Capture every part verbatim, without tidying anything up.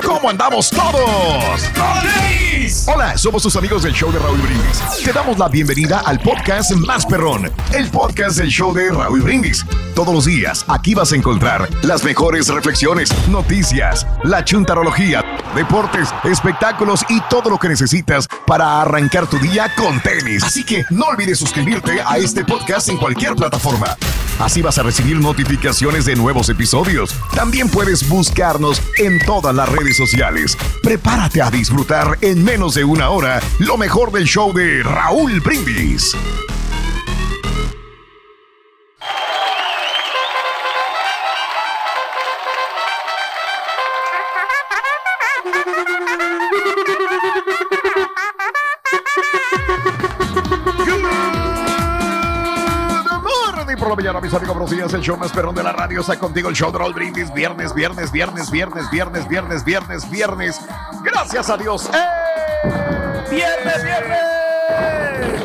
¿Cómo andamos todos? Hola, somos tus amigos del show de Raúl Brindis. Te damos la bienvenida al podcast más perrón, el podcast del show de Raúl Brindis. Todos los días aquí vas a encontrar las mejores reflexiones, noticias, la chuntarología, deportes, espectáculos y todo lo que necesitas para arrancar tu día con tenis. Así que no olvides suscribirte a este podcast en cualquier plataforma. Así vas a recibir notificaciones de nuevos episodios. También puedes buscarnos en todas las redes sociales. Prepárate a disfrutar en menos de una hora lo mejor del show de Raúl Brindis. Por la mañana, mis amigos, buenos días. El show más perrón de la radio está contigo. El show de Raúl Brindis. Viernes, viernes, viernes, viernes, viernes, viernes, viernes, viernes. Gracias a Dios. ¡Eh! ¡Viernes, viernes!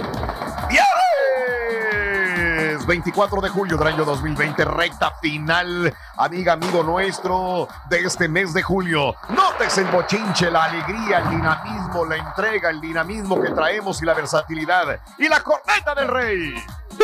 ¡Viernes! veinticuatro de julio del año dos mil veinte. Recta final, amiga, amigo nuestro, de este mes de julio. Notes el bochinche, la alegría, el dinamismo, la entrega, el dinamismo que traemos y la versatilidad. Y la corneta del rey.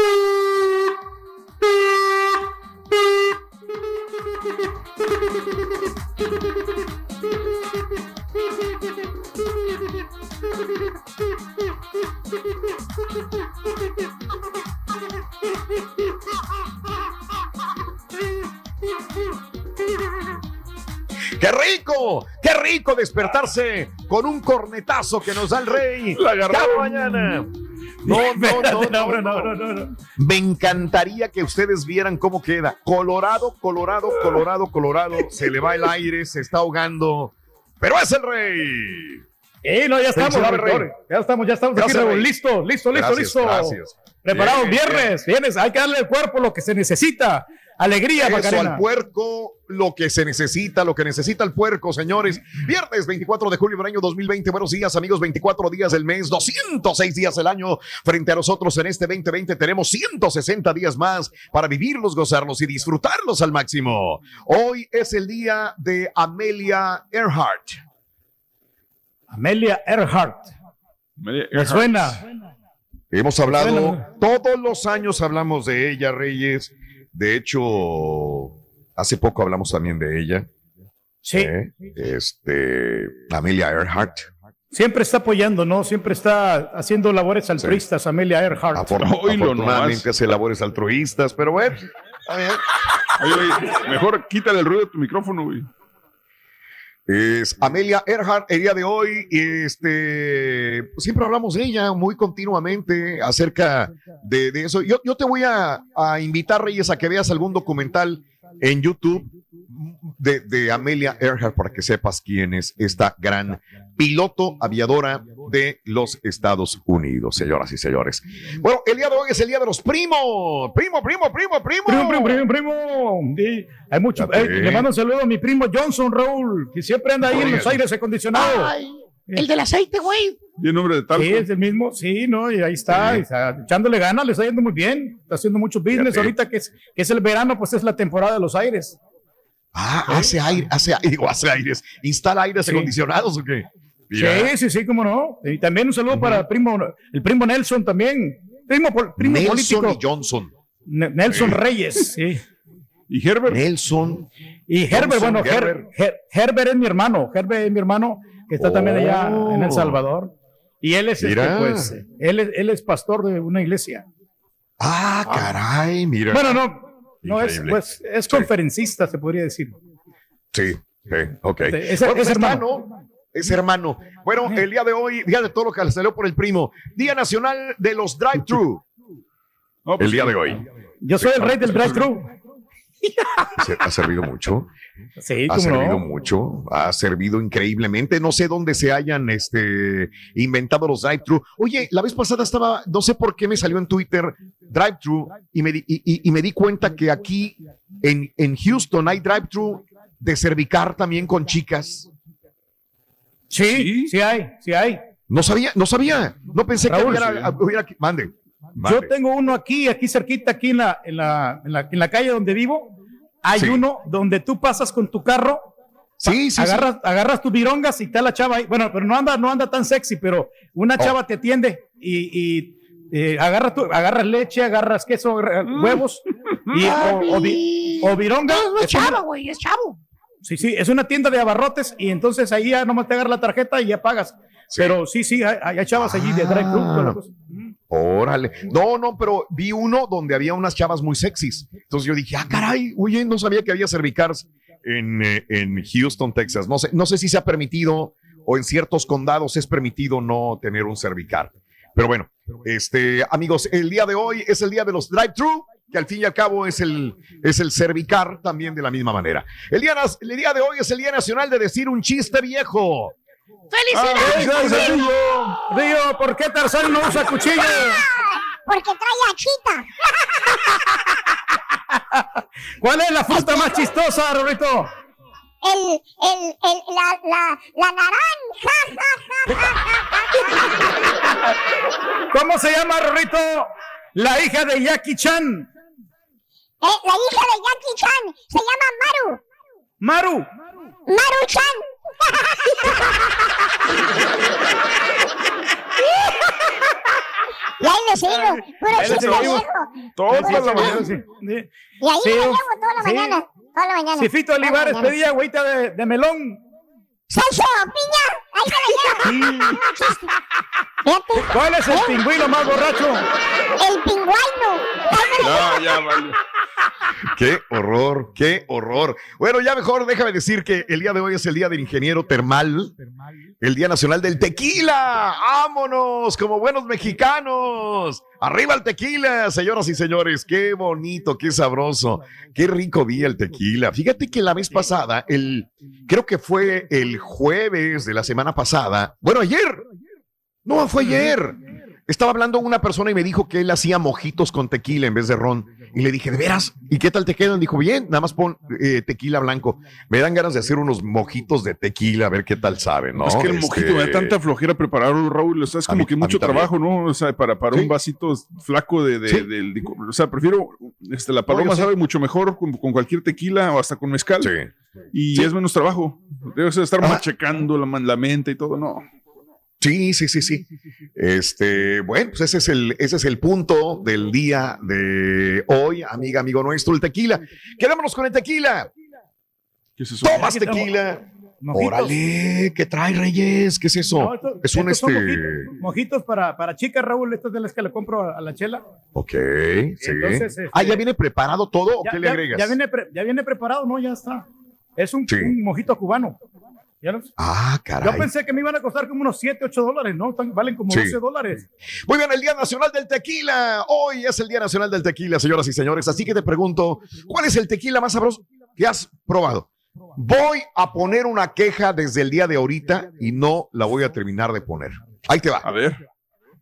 ¡Qué rico! ¡Qué rico despertarse con un cornetazo que nos da el rey! ¡La agarramos mañana! No, no, no, no, no, no, no, no. Me encantaría que ustedes vieran cómo queda. Colorado, colorado, colorado, colorado. Se le va el aire, se está ahogando. Pero es el rey. Eh, no, ya estamos, rey. Ya estamos, ya estamos gracias, aquí, listo, listo, listo, gracias, listo. Gracias. Preparados, bien, viernes, bien. viernes. Hay que darle al cuerpo lo que se necesita. Alegría, Eso, Macarena. Al puerco, lo que se necesita, lo que necesita el puerco, señores. Viernes veinticuatro de julio del año dos mil veinte. Buenos días, amigos. veinticuatro días del mes, doscientos seis días del año. Frente a nosotros en este veinte veinte tenemos ciento sesenta días más para vivirlos, gozarlos y disfrutarlos al máximo. Hoy es el día de Amelia Earhart. Amelia Earhart. Amelia Me Earhart. suena. Hemos hablado, suena. todos los años hablamos de ella, Reyes. De hecho, hace poco hablamos también de ella. Sí. ¿Eh? Este, Amelia Earhart. Siempre está apoyando, ¿no? Siempre está haciendo labores altruistas, sí. Amelia Earhart. Afor Oy, afortunadamente hace labores altruistas, pero bueno. A ver. Oye, oye, mejor quítale el ruido de tu micrófono, güey. Es Amelia Earhart, el día de hoy, este, pues siempre hablamos de ella muy continuamente acerca de, de eso. Yo, yo te voy a, a invitar, Reyes, a que veas algún documental en YouTube de, de Amelia Earhart para que sepas quién es esta gran piloto aviadora de los Estados Unidos, señoras y señores. Bueno, el día de hoy es el día de los primos. Primo, primo, primo, primo. Primo, primo, primo, primo. Sí, hay mucho. Eh, le mando un saludo a mi primo Johnson, Raúl, que siempre anda ahí Oigan. en los aires acondicionados. Ay, el del aceite, güey. ¿Y el nombre de tal? Sí, es el mismo. Sí, no, y ahí está, sí. está echándole ganas, le está yendo muy bien. Está haciendo mucho business. Fíjate. Ahorita que es, que es el verano, pues es la temporada de los aires. Ah, ¿Eh? hace aire, hace aire, digo, hace aires. ¿Instala aires sí. acondicionados o qué? Mira. Sí, sí, sí, cómo no. Y también un saludo uh-huh. para el primo, el primo Nelson también. Primo, primo Nelson político. y Johnson. N Nelson sí. Reyes, sí. ¿Y Herbert? Nelson. Y Herbert, Johnson, bueno, Herbert. Her Her Herbert es mi hermano. Herbert es mi hermano que está oh. también allá en El Salvador. Y él es, este, pues, él es, él es pastor de una iglesia. Ah, caray, mira. Bueno, no, no es, pues, es sí. conferencista, se podría decir. Sí, sí, ok. Es, bueno, es hermano. Es hermano. Bueno, el día de hoy, día de todo lo que salió por el primo. Día Nacional de los Drive-Thru. Oh, pues el día de hoy. Yo soy el rey del drive-thru. ¿Ha servido mucho? Sí, ha servido no? mucho, ha servido increíblemente. No sé dónde se hayan este, inventado los drive-thru. Oye, la vez pasada estaba, no sé por qué me salió en Twitter drive-thru y me, di, y, y me di cuenta que aquí en, en Houston hay drive-thru de cervicar también con chicas. Sí, sí, sí hay, sí hay. No sabía, no sabía. No pensé Raúl, que hubiera, sí. hubiera mande, mande. Yo tengo uno aquí, aquí cerquita, aquí en la, en la, en la, en la calle donde vivo. Hay sí. uno donde tú pasas con tu carro Sí, sí, agarras, sí. agarras tus virongas y está la chava ahí. Bueno, pero no anda, no anda tan sexy, pero una chava oh. te atiende y, y eh, agarra tu, agarras leche, agarras queso, mm. huevos y, o, o, vi, o vironga. No, no es, es chavo, güey, es chavo. Sí, sí, es una tienda de abarrotes y entonces ahí ya nomás te agarras la tarjeta y ya pagas. Sí. Pero sí, sí, hay, hay chavas allí ah. de drive-thru. Órale. No, no, pero vi uno donde había unas chavas muy sexys. Entonces yo dije, ah, caray, oye, no sabía que había cervicars en, eh, en Houston, Texas. No sé, no sé si se ha permitido o en ciertos condados es permitido no tener un cervicar. Pero bueno, este, amigos, el día de hoy es el día de los drive-thru, que al fin y al cabo es el, es el cervicar también de la misma manera. El día, el día de hoy es el Día Nacional de decir un chiste viejo. ¡Felicidades! Ah, Río, Río, ¿por qué Tarzán no usa cuchillo? Porque trae achita. ¿Cuál es la fruta más chistosa, Rorrito? El, el, el, la, la, la naranja. ¿Cómo se llama, Rorrito? La hija de Jackie Chan. Eh, la hija de Jackie Chan se llama Maru. Maru. Maru Chan. Y ahí le sigo, puro chiste viejo. Toda la mañana. Sí. Y ahí Sí. me llevo toda la Sí. mañana. Toda la mañana. Si Fito Olivares pedía agüita de, de melón. ¡Salsa, piña! ¡Ahí me la llevo! No, chiste. Fíjate. ¿Cuál es el ¿Eh? pingüino más borracho? El pingüino. Ya, ya, vale. Qué horror, qué horror. Bueno, ya mejor déjame decir que el día de hoy es el día del ingeniero termal, el Día Nacional del Tequila. ¡Vámonos! Como buenos mexicanos. ¡Arriba el tequila, señoras y señores! ¡Qué bonito, qué sabroso! ¡Qué rico día el tequila! Fíjate que la vez pasada, el, creo que fue el jueves de la semana pasada. Bueno, ayer. No, fue ayer. Estaba hablando una persona y me dijo que él hacía mojitos con tequila en vez de ron. Y le dije, ¿de veras? ¿Y qué tal te quedan? Dijo, bien, nada más pon eh, tequila blanco. Me dan ganas de hacer unos mojitos de tequila, a ver qué tal saben, ¿no? Es que el este... mojito me da tanta flojera prepararlo, Raúl. O sea, es como mí, que mucho trabajo, ¿no? O sea, para, para ¿Sí? un vasito flaco de... de, ¿Sí? de, de, de o sea, prefiero... Este, la paloma Oye, sabe sí. mucho mejor con, con cualquier tequila o hasta con mezcal. Sí. Y sí. es menos trabajo. Debe ser estar Ajá. machacando la, la mente y todo, no. Sí, sí, sí, sí. Este, bueno, pues ese es el, ese es el punto del día de hoy, amiga, amigo nuestro, el tequila. Quedémonos con el tequila. ¿Qué es eso? Tomas tequila. Mojitos. Órale, ¿qué trae, Reyes? ¿Qué es eso? No, esto, es un estos este. son mojitos, mojitos para, para chicas, Raúl. Estas de las que le compro a, a la chela. Ok, sí. Entonces, este, ah, ¿ya viene preparado todo o ya, qué ya, le agregas? Ya viene, pre, ya viene preparado, ¿no? Ya está. Es un, Sí. un mojito cubano. ¿Ya lo? Ah, caray. Yo pensé que me iban a costar como unos siete, ocho dólares, ¿no? Valen como Sí. doce dólares. Muy bien, el Día Nacional del Tequila. Hoy es el Día Nacional del Tequila, señoras y señores. Así que te pregunto, ¿cuál es el tequila más sabroso que has probado? Voy a poner una queja desde el día de ahorita y no la voy a terminar de poner. Ahí te va. A ver.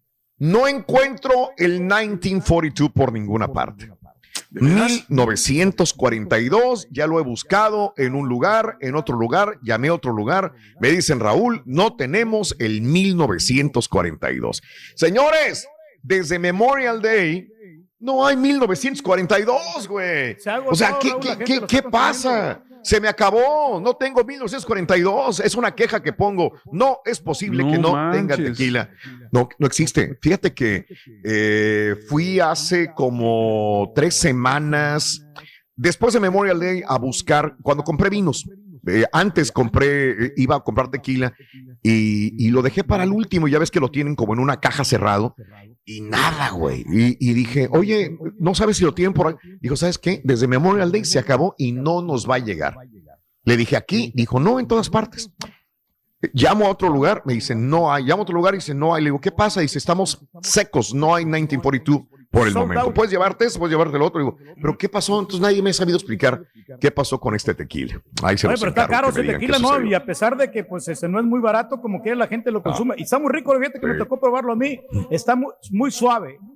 No encuentro el mil novecientos cuarenta y dos por ninguna parte. mil novecientos cuarenta y dos, ya lo he buscado en un lugar, en otro lugar, llamé a otro lugar, me dicen, Raúl, no tenemos el mil novecientos cuarenta y dos. Señores, desde Memorial Day no hay mil novecientos cuarenta y dos, güey. O sea, ¿qué, qué, qué, ¿qué pasa? Se me acabó, no tengo mil novecientos cuarenta y dos, es una queja que pongo. No es posible No que no manches. tenga tequila. No, no existe. Fíjate que eh, fui hace como tres semanas, después de Memorial Day, a buscar, cuando compré vinos. Eh, antes compré, eh, iba a comprar tequila y, y lo dejé para el último. Ya ves que lo tienen como en una caja cerrado y nada, güey. Y, y dije, oye, no sabes si lo tienen por ahí. Dijo, ¿sabes qué? Desde Memorial Day se acabó y no nos va a llegar. Le dije, aquí. Dijo, no, en todas partes. Llamo a otro lugar, me dice, no hay. Llamo a otro lugar y dice, no hay. Le digo, ¿qué pasa? Dice, estamos secos, no hay mil novecientos cuarenta y dos por el Sold momento. out. Puedes llevarte eso, puedes llevarte el otro. Digo, ¿pero qué pasó? Entonces nadie me ha sabido explicar qué pasó con este tequila. Ahí se Oye, los pero está encargo, caro que me ese digan tequila, qué ¿no? sucedió. Y a pesar de que pues ese no es muy barato, como que la gente lo consume. Y está muy rico, fíjate que Sí. me tocó probarlo a mí. Está muy, muy suave.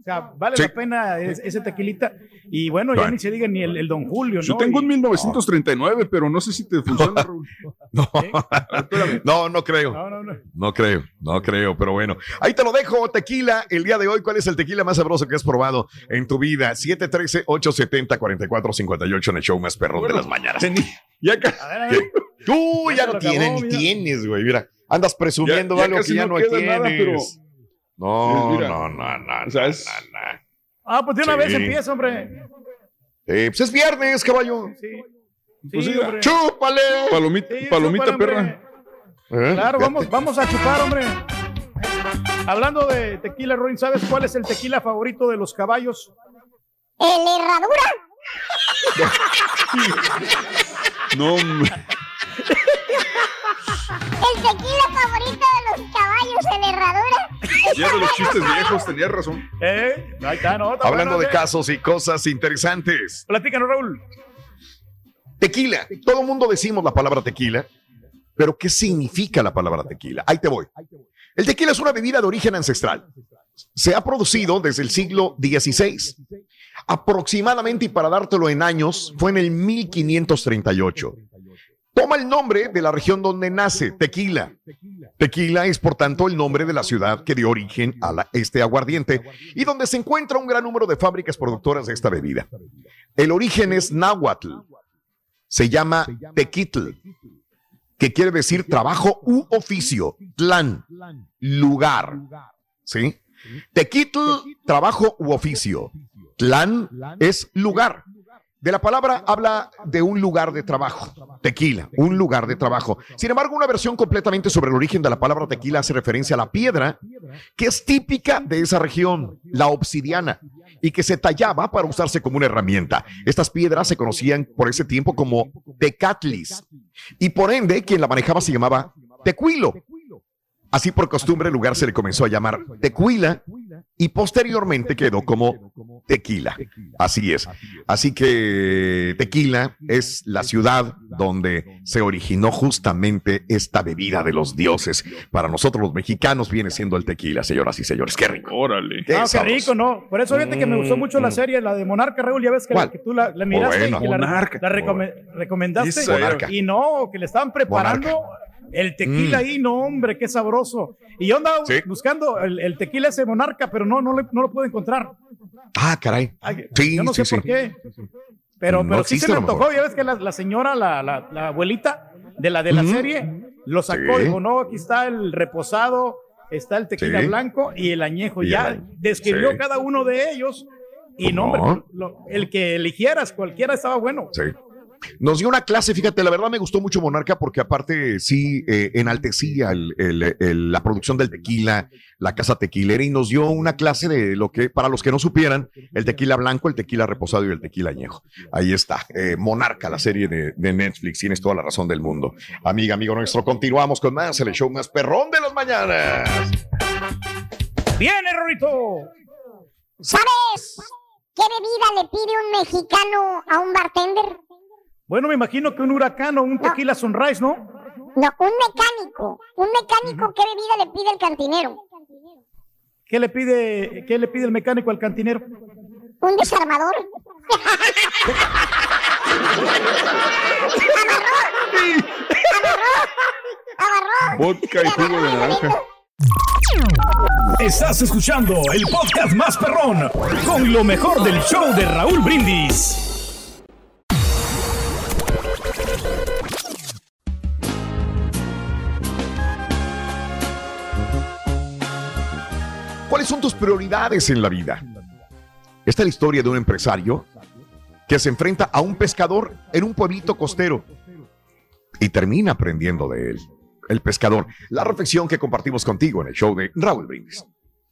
O sea, vale Sí. la pena es- ese tequilita. Y bueno, ya Bueno. ni se diga ni el, el Don Julio, Yo ¿no? tengo Y- un mil novecientos treinta y nueve, pero no sé si te funciona, Raúl. No, Espérame. no, no creo. No, no, no. No creo, no creo, pero bueno. Ahí te lo dejo, tequila. El día de hoy, ¿cuál es el tequila más sabroso que has probado en tu vida? siete uno tres, ocho siete cero, cuatro cuatro cinco ocho en el show más perrón de las mañanas. Tení- Ya, ca- A ver, a ver. Tú Ya ya se no lo tienes, acabó, ni mira. tienes, güey. Mira, andas presumiendo Ya- ya algo casi que ya no no, queda tienes. nada, pero- No, Mira. no, no, no. O sea, es- no, no. Ah, pues de una Sí. vez empieza, hombre. Eh, pues es viernes, caballo. Sí. Pues Sí, sí, hombre. ¡Chúpale! palomita, Sí, palomita chúpale, perra. hombre. ¿Eh? Claro, Fíjate. vamos, vamos a chupar, hombre. Hablando de tequila, Roy, ¿sabes cuál es el tequila favorito de los caballos? ¿El herradura? No, hombre. ¿El tequila favorito de los caballos, el herradura? Ya de los chistes viejos, tenías razón. ¿Eh? Ahí está, ¿no? Está Hablando bueno, de ¿eh? casos y cosas interesantes. Platícanos, Raúl. Tequila. Todo el mundo decimos la palabra tequila, pero ¿qué significa la palabra tequila? Ahí te voy. El tequila es una bebida de origen ancestral. Se ha producido desde el siglo dieciséis. Aproximadamente, y para dártelo en años, fue en el mil quinientos treinta y ocho. Toma el nombre de la región donde nace, Tequila. Tequila es, por tanto, el nombre de la ciudad que dio origen a la- este aguardiente y donde se encuentra un gran número de fábricas productoras de esta bebida. El origen es náhuatl. Se llama tequitl, que quiere decir trabajo u oficio. Tlán, lugar. ¿Sí? Tequitl, trabajo u oficio. Tlán es lugar. De la palabra habla de un lugar de trabajo. Tequila, un lugar de trabajo. Sin embargo, una versión completamente sobre el origen de la palabra tequila hace referencia a la piedra que es típica de esa región, la obsidiana, y que se tallaba para usarse como una herramienta. Estas piedras se conocían por ese tiempo como tecatlis, y por ende, quien la manejaba se llamaba tecuilo. Así por costumbre el lugar se le comenzó a llamar Tequila y posteriormente quedó como Tequila. Así es. Así que Tequila es la ciudad donde se originó justamente esta bebida de los dioses. Para nosotros los mexicanos viene siendo el tequila, señoras y señores. Qué rico. Órale. Qué Ah, qué sabroso. rico, ¿no? Por eso fíjate que me gustó mucho la serie, la de Monarca, Raúl. Ya ves que, la, ¿Cuál? que tú la, la miraste bueno. y que la, Monarca. la recome- recomendaste. Esa era. Monarca. Y no, que le estaban preparando el tequila Mm. ahí, no, hombre, qué sabroso. Y yo andaba Sí. buscando el, el tequila ese Monarca, pero no, no, le- no lo puedo encontrar. Ah, caray. Ay, Sí, yo no sí, sé por sí. qué. Pero, No pero sí existe, se me a lo mejor. antojó. Ya ves que la, la señora, la, la, la abuelita de la, de la Ujú. serie, lo sacó Sí. y dijo, no, aquí está el reposado, está el tequila Sí. blanco y el añejo. Y Ya el- describió sí. cada uno de ellos. Y no, ¿Cómo? hombre, lo- el que eligieras, cualquiera estaba bueno. Sí. Nos dio una clase, fíjate, la verdad me gustó mucho Monarca porque aparte sí eh, enaltecía el- el- el- la producción del tequila, la casa tequilera y nos dio una clase de lo que, para los que no supieran, el tequila blanco, el tequila reposado y el tequila añejo. Ahí está, eh, Monarca, la serie de, de Netflix, tienes toda la razón del mundo. Amiga, amigo nuestro, continuamos con más, el show más perrón de las mañanas. ¡Viene, Rorito! ¿Sabes qué bebida le pide un mexicano a un bartender? Bueno, me imagino que un huracán o un tequila sunrise, ¿no? No, un mecánico. Un mecánico, ¿qué bebida le pide el cantinero? ¿Qué le pide, qué le pide el mecánico al cantinero? Un desarmador. Agarró. Vodka y jugo de naranja. Estás escuchando el podcast más perrón con lo mejor del show de Raúl Brindis. ¿Cuáles son tus prioridades en la vida? Esta es la historia de un empresario que se enfrenta a un pescador en un pueblito costero y termina aprendiendo de él. El pescador, la reflexión que compartimos contigo en el show de Raúl Brindis.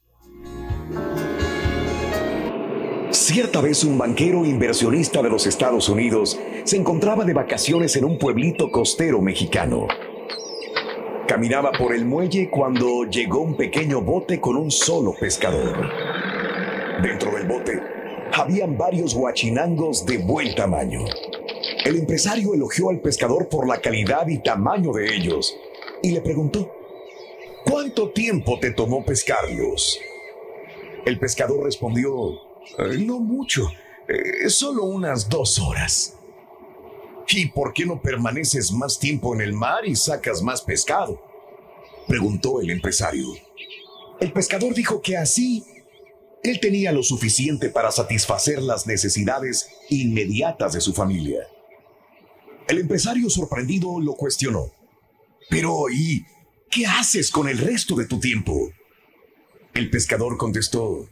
Cierta vez un banquero inversionista de los Estados Unidos se encontraba de vacaciones en un pueblito costero mexicano. Caminaba por el muelle cuando llegó un pequeño bote con un solo pescador. Dentro del bote habían varios guachinangos de buen tamaño. El empresario elogió al pescador por la calidad y tamaño de ellos y le preguntó: ¿cuánto tiempo te tomó pescarlos? El pescador respondió, no mucho, eh, solo unas dos horas. ¿Y por qué no permaneces más tiempo en el mar y sacas más pescado?, preguntó el empresario. El pescador dijo que así él tenía lo suficiente para satisfacer las necesidades inmediatas de su familia. El empresario sorprendido lo cuestionó. Pero, ¿y qué haces con el resto de tu tiempo? El pescador contestó,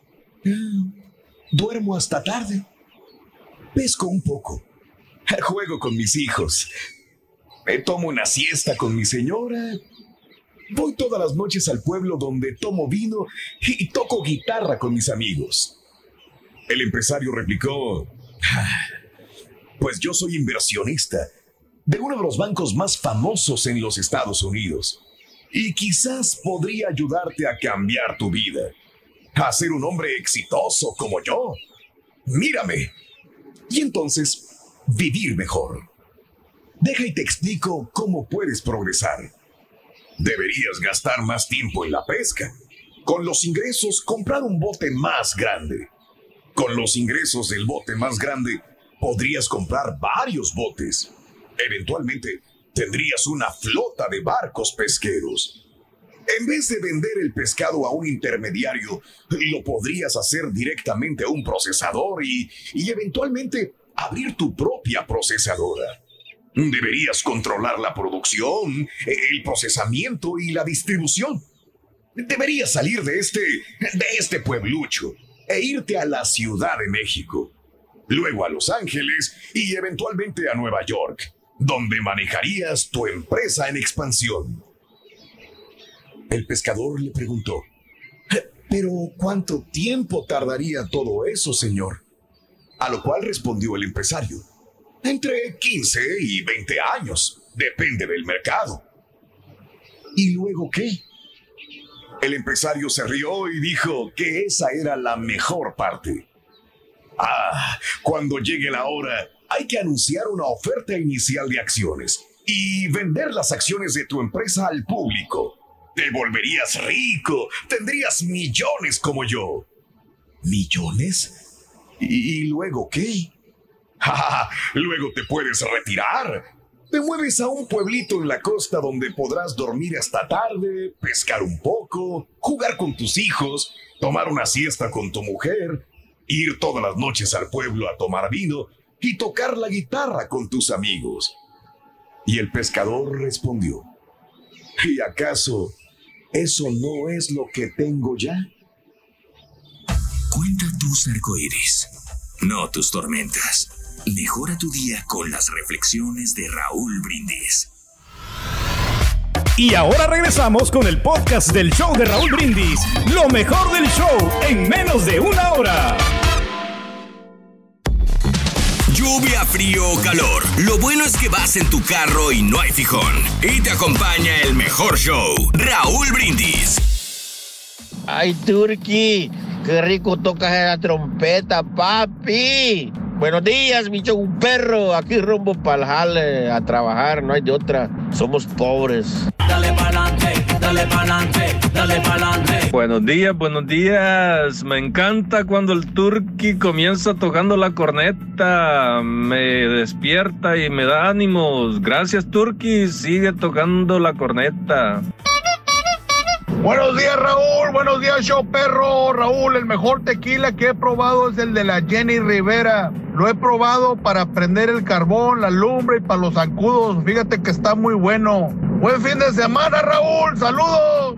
duermo hasta tarde, pesco un poco, juego con mis hijos, me tomo una siesta con mi señora, voy todas las noches al pueblo donde tomo vino y toco guitarra con mis amigos. El empresario replicó, pues yo soy inversionista de uno de los bancos más famosos en los Estados Unidos y quizás podría ayudarte a cambiar tu vida, a ser un hombre exitoso como yo. Mírame. Y entonces, vivir mejor. Deja y te explico cómo puedes progresar. Deberías gastar más tiempo en la pesca. Con los ingresos, comprar un bote más grande. Con los ingresos del bote más grande, podrías comprar varios botes. Eventualmente, tendrías una flota de barcos pesqueros. En vez de vender el pescado a un intermediario, lo podrías hacer directamente a un procesador y, y eventualmente abrir tu propia procesadora. Deberías controlar la producción, el procesamiento y la distribución. Deberías salir de este, de este pueblucho e irte a la Ciudad de México, luego a Los Ángeles y eventualmente a Nueva York, donde manejarías tu empresa en expansión. El pescador le preguntó, ¿pero cuánto tiempo tardaría todo eso, señor? A lo cual respondió el empresario, entre quince y veinte años, depende del mercado. ¿Y luego qué? El empresario se rió y dijo que esa era la mejor parte. Ah, cuando llegue la hora, hay que anunciar una oferta inicial de acciones y vender las acciones de tu empresa al público. Te volverías rico, tendrías millones como yo. ¿Millones? ¿Y luego qué? ¡Ja! Luego te puedes retirar. Te mueves a un pueblito en la costa donde podrás dormir hasta tarde, pescar un poco, jugar con tus hijos, tomar una siesta con tu mujer, ir todas las noches al pueblo a tomar vino y tocar la guitarra con tus amigos. Y el pescador respondió, ¿y acaso eso no es lo que tengo ya? Cuenta tus arcoíris, no tus tormentas. Mejora tu día con las reflexiones de Raúl Brindis. Y ahora regresamos con el podcast del show de Raúl Brindis. Lo mejor del show en menos de una hora. Lluvia, frío o calor, lo bueno es que vas en tu carro y no hay fijón. Y te acompaña el mejor show, Raúl Brindis. Ay, Turqui, qué rico tocas la trompeta, papi. Buenos días, mi show, un perro. Aquí rumbo para el jale a trabajar, no hay de otra. Somos pobres. Dale pa'lante, dale pa'lante, dale pa'lante. Buenos días, buenos días. Me encanta cuando el Turqui comienza tocando la corneta. Me despierta y me da ánimos. Gracias, Turqui. Sigue tocando la corneta. Buenos días, Raúl. Buenos días, show perro. Raúl, el mejor tequila que he probado es el de la Jenny Rivera. Lo he probado para prender el carbón, la lumbre y para los zancudos. Fíjate que está muy bueno. Buen fin de semana, Raúl. Saludos.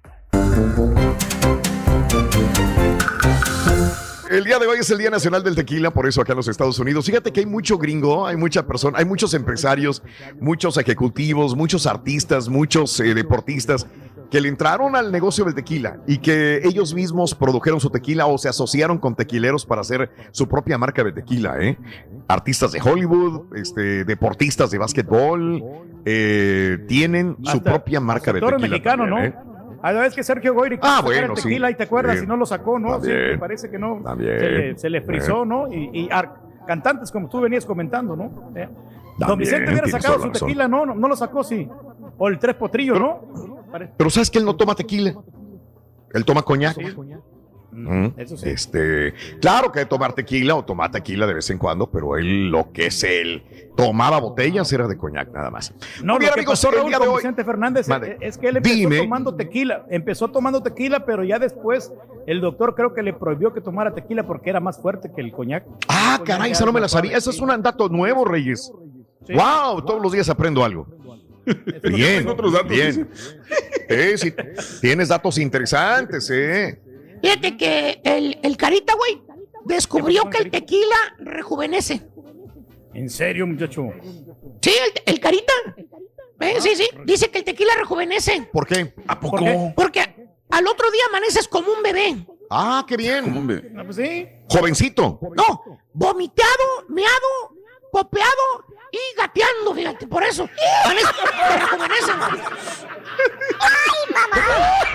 El día de hoy es el Día Nacional del Tequila, por eso acá en los Estados Unidos. Fíjate que hay mucho gringo, hay mucha persona, hay muchos empresarios, muchos ejecutivos, muchos artistas, muchos eh, deportistas que le entraron al negocio del tequila y que ellos mismos produjeron su tequila o se asociaron con tequileros para hacer su propia marca de tequila, ¿eh? Artistas de Hollywood, este, deportistas de básquetbol, eh, tienen su Hasta, propia marca de tequila. Mexicano, también, ¿no? ¿eh? A la vez que Sergio Goyri ah, quiso bueno, el tequila sí, y te acuerdas, sí. si no lo sacó, ¿no? Sí, También. parece que no. También. Se le, se le frizó, Eh. ¿no? Y, y ar- cantantes como tú venías comentando, ¿no? Eh. Don También, Vicente hubiera tienes sacado toda su la razón. tequila, ¿no? ¿no? No lo sacó, sí. O el Tres Potrillos, ¿no? Parece. Pero ¿sabes que él no toma tequila? Él toma coñac. Mm, Eso sí. Este, claro que tomar tequila o tomar tequila de vez en cuando, pero él lo que es él tomaba botellas era de coñac nada más. No, Muy bien, lo que amigos, pasó, el Raúl, día de con hoy. Vicente Fernández Madre, es que él empezó dime. tomando tequila, empezó tomando tequila, pero ya después el doctor creo que le prohibió que tomara tequila porque era más fuerte que el coñac. Ah, caray, esa no me la sabía. Eso es un dato nuevo, Reyes. Sí. Wow, todos los días aprendo algo. Bien, otros datos, bien. Eh, sí, tienes datos interesantes, eh. Fíjate que el, el Carita, güey, descubrió que el tequila rejuvenece. ¿En serio, muchacho? Sí, el, el Carita. ¿Eh? Sí, sí. Dice que el tequila rejuvenece. ¿Por qué? ¿A poco? ¿Por qué? Porque al otro día amaneces como un bebé. Ah, qué bien. Como un bebé. Ah, pues sí. Jovencito. No, vomitado, meado, popeado y gateando, fíjate, por eso. Amanece, rejuvenecen. ¡Ay, mamá!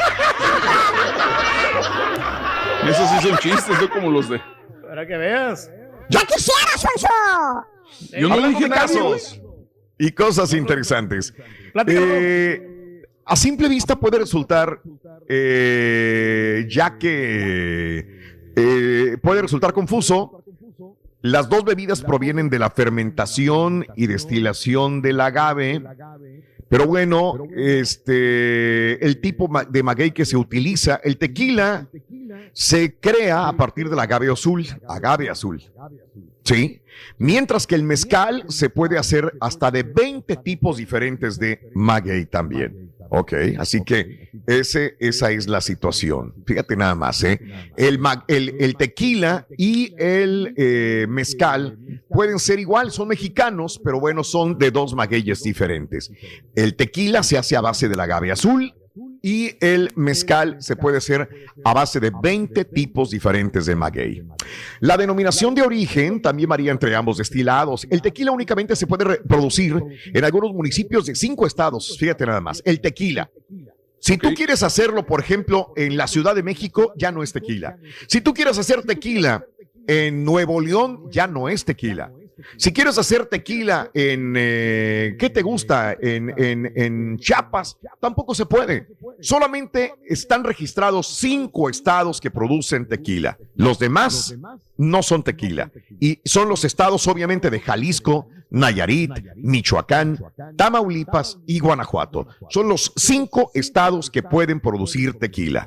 Esos sí son chistes, no como los de... Para que veas. ¡Ya quisieras, Sonso! Yo no Hablando dije de nada, casos y cosas interesantes. Platícalo. Eh, a simple vista puede resultar, eh, ya que eh, puede resultar confuso. Las dos bebidas provienen de la fermentación y destilación del agave. Pero bueno, este, el tipo ma- de maguey que se utiliza, el tequila, se crea a partir del agave azul, agave azul, ¿sí? Mientras que el mezcal se puede hacer hasta de veinte tipos diferentes de maguey también. Ok, así que ese, esa es la situación. Fíjate nada más, ¿eh? El, ma- el, el tequila y el eh, mezcal pueden ser igual, son mexicanos, pero bueno, son de dos magueyes diferentes. El tequila se hace a base del agave azul y el mezcal se puede hacer a base de veinte tipos diferentes de maguey. La denominación de origen también varía entre ambos destilados. El tequila únicamente se puede producir en algunos municipios de cinco estados. Fíjate nada más, el tequila. Si tú quieres hacerlo, por ejemplo, en la Ciudad de México, ya no es tequila. Si tú quieres hacer tequila en Nuevo León, ya no es tequila. Si quieres hacer tequila en, eh, ¿qué te gusta? En, en, en Chiapas, tampoco se puede. Solamente están registrados cinco estados que producen tequila. Los demás no son tequila. Y son los estados, obviamente, de Jalisco, Nayarit, Michoacán, Tamaulipas y Guanajuato. Son los cinco estados que pueden producir tequila.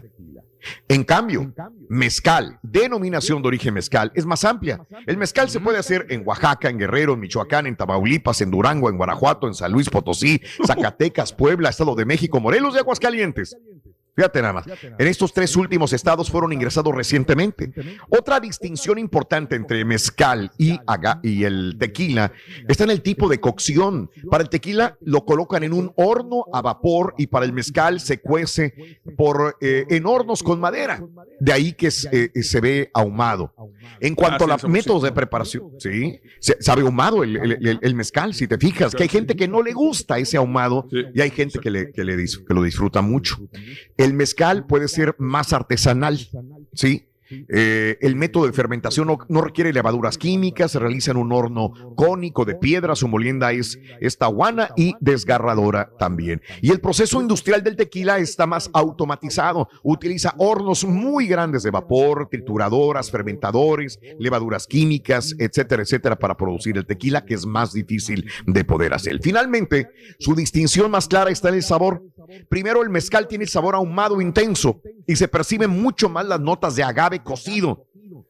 En cambio, mezcal, denominación de origen mezcal, es más amplia. El mezcal se puede hacer en Oaxaca, en Guerrero, en Michoacán, en Tamaulipas, en Durango, en Guanajuato, en San Luis Potosí, Zacatecas, Puebla, Estado de México, Morelos y Aguascalientes. Fíjate nada más, en estos tres últimos estados fueron ingresados recientemente. Otra distinción importante entre mezcal y, aga- y el tequila está en el tipo de cocción. Para el tequila lo colocan en un horno a vapor y para el mezcal se cuece por, eh, en hornos con madera. De ahí que es, eh, se ve ahumado. En cuanto Ah, sí, a los eso métodos sí. de preparación, sí, se, sabe ahumado el, el- el- el mezcal, si te fijas, que hay gente que no le gusta ese ahumado Sí. y hay gente que, le, que, le dis- que lo disfruta mucho. El mezcal puede ser más artesanal, ¿sí? Eh, el método de fermentación no, no requiere levaduras químicas, se realiza en un horno cónico de piedra, su molienda es, es tahuana y desgarradora también. Y el proceso industrial del tequila está más automatizado, utiliza hornos muy grandes de vapor, trituradoras, fermentadores, levaduras químicas, etcétera, etcétera, para producir el tequila, que es más difícil de poder hacer. Finalmente, su distinción más clara está en el sabor. Primero, el mezcal tiene el sabor ahumado intenso y se perciben mucho más las notas de agave cocido.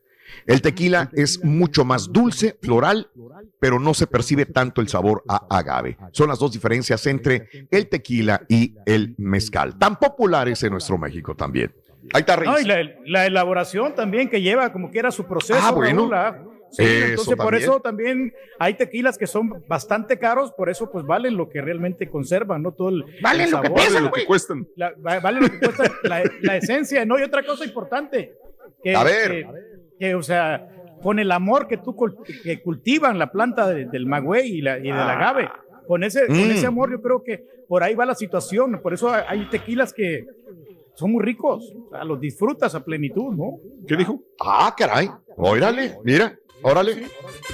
El tequila es mucho más dulce, floral, pero no se percibe tanto el sabor a agave. Son las dos diferencias entre el tequila y el mezcal, tan populares en nuestro México también. Ahí está, Reyes. No, y la, la elaboración también que lleva como que era su proceso. Ah, bueno. Raúl, ah. Sí, Eso entonces por también. eso también hay tequilas que son bastante caros, por eso pues valen lo que realmente conservan, no todo el, Valen el lo que sabor. pesan, Vale lo que güey. cuestan. La- va- vale lo que cuesta la, la esencia, ¿no? Y otra cosa importante, que, A ver. que, que, o sea, con el amor que tú cul- que cultivan la planta de- del maguey y, la, y del agave, con ese, con Mm. ese amor yo creo que por ahí va la situación, por eso hay hay tequilas que son muy ricos, o sea, los disfrutas a plenitud, ¿no? ¿Qué dijo? Ah, caray. Órale, mira, órale.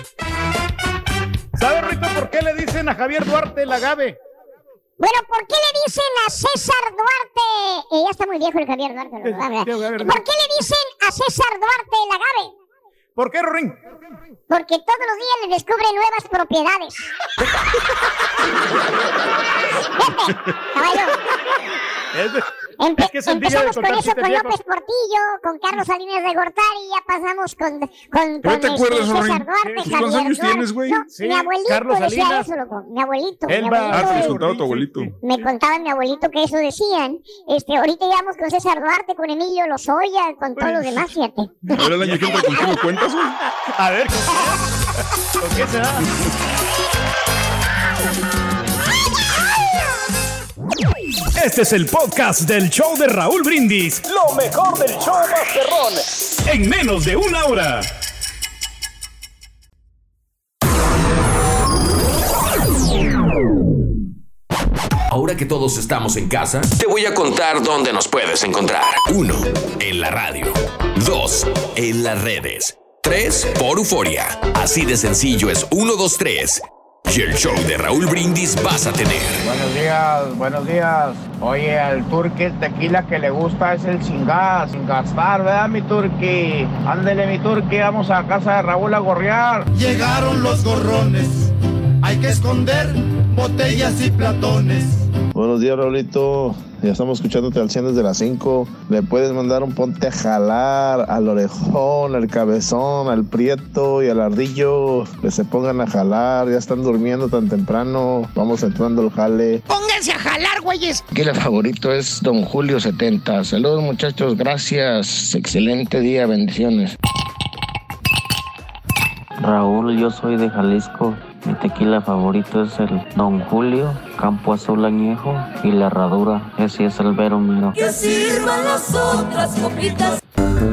¿Sabes, Rito, por qué le dicen a Javier Duarte el agave? Bueno, ¿por qué le dicen a César Duarte? Eh, ya está muy viejo viejo el Javier Duarte. ¿No? A ver. ¿Por qué le dicen a César Duarte el agave? ¿Por qué, Rorín? Porque todos los días le descubre nuevas propiedades. Vete, caballo. Empe es que es empezamos con eso, con viejo. López Portillo, con Carlos Salinas de Gortari, y ya pasamos con, con, con te este, acuerdas, César Rorín? Duarte, ¿Cuántos Javier años Duarte. tienes, güey? No, Sí, mi abuelito Carlos decía Salinas. eso, loco. Mi abuelito, mi Él va- Ah, te abuelito. has eh, contado a tu abuelito. Me contaba mi abuelito que eso decían. Este, ahorita llevamos con César Duarte, con Emilio Lozoya, con todos los demás, fíjate. A ver, el año que entra, ¿con quién me cuentas, güey? A ver, ¿con qué será? Este es el podcast del show de Raúl Brindis. Lo mejor del show Masterrón. En menos de una hora. Ahora que todos estamos en casa, te voy a contar dónde nos puedes encontrar. Uno, en la radio. Dos, en las redes. Tres, por Euforia. Así de sencillo es uno, dos, tres. Y el show de Raúl Brindis vas a tener. Buenos días, buenos días. Oye, al Turqui el tequila que le gusta es el sin gas, sin gastar, ¿verdad, mi Turqui? Ándele, mi Turqui, vamos a casa de Raúl a gorrear. Llegaron los gorrones, hay que esconder botellas y platones. Buenos días, Raulito. Ya estamos escuchándote al cien desde las cinco. Le puedes mandar un ponte a jalar al orejón, al cabezón, al prieto y al ardillo. Que se pongan a jalar. Ya están durmiendo tan temprano. Vamos entrando al jale. Pónganse a jalar, güeyes. Aquí el favorito es Don Julio setenta. Saludos, muchachos, gracias. Excelente día, bendiciones. Raúl, yo soy de Jalisco. Mi tequila favorito es el Don Julio, Campo Azul Añejo y La Herradura. Ese es el vero mío. Que sirvan las otras copitas.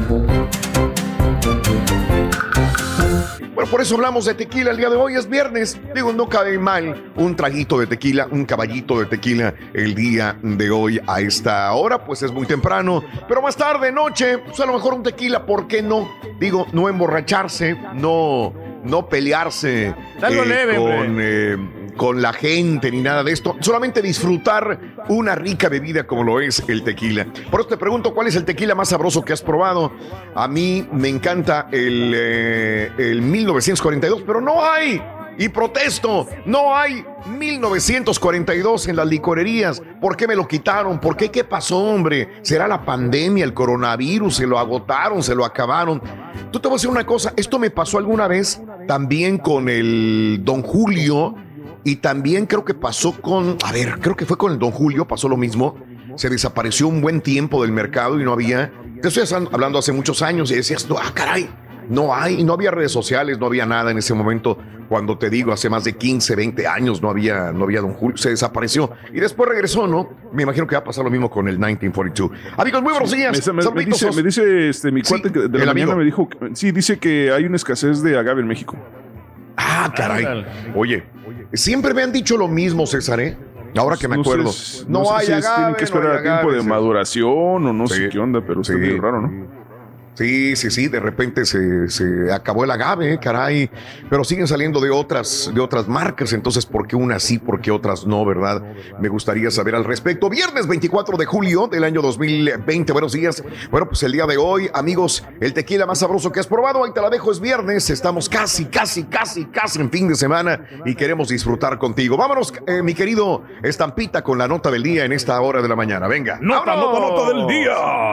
Bueno, por eso hablamos de tequila el día de hoy, es viernes. Digo, no cabe mal un traguito de tequila, un caballito de tequila el día de hoy a esta hora, pues es muy temprano. Pero más tarde, noche, pues a lo mejor un tequila, ¿por qué no? Digo, no emborracharse, no, no pelearse Algo eh, leve, con, eh, con la gente ni nada de esto. Solamente disfrutar una rica bebida como lo es el tequila. Por eso te pregunto, ¿cuál es el tequila más sabroso que has probado? A mí me encanta el, eh, el mil novecientos cuarenta y dos, pero no hay, y protesto, no hay mil novecientos cuarenta y dos en las licorerías. ¿Por qué me lo quitaron? ¿Por qué? ¿Qué pasó, hombre? ¿Será la pandemia, el coronavirus? ¿Se lo agotaron? ¿Se lo acabaron? Tú te voy a decir una cosa, esto me pasó alguna vez también con el Don Julio, y también creo que pasó con, a ver, creo que fue con el Don Julio, pasó lo mismo. Se desapareció un buen tiempo del mercado y no había, te estoy hablando hace muchos años, y decías, no, ah, caray, no hay, no había redes sociales, no había nada en ese momento. Cuando te digo, hace más de quince, veinte años no había, no había Don Julio, se desapareció y después regresó, ¿no? Me imagino que va a pasar lo mismo con el mil novecientos cuarenta y dos. Amigos, muy buenos días. Me, me, me dice, me dice este, mi cuate sí, de la mañana, amigo. Me dijo, sí, dice que hay una escasez de agave en México. Ah, caray. Oye, siempre me han dicho lo mismo, César, ¿eh? Ahora que me acuerdo. No, sé, no, no sé hay si agave, tienen que esperar no a tiempo de maduración o no sí, sé qué onda, pero sí, está medio raro, ¿no? Sí, sí, sí, de repente se, se acabó el agave, caray, pero siguen saliendo de otras, de otras marcas, entonces ¿por qué unas sí, por qué otras no, verdad? Me gustaría saber al respecto. Viernes veinticuatro de julio del año dos mil veinte, buenos días. Bueno, pues el día de hoy, amigos, el tequila más sabroso que has probado, ahí te la dejo, es viernes, estamos casi, casi, casi, casi en fin de semana y queremos disfrutar contigo. Vámonos, eh, mi querido Estampita, con la nota del día en esta hora de la mañana, venga. Nota, nota, nota del día.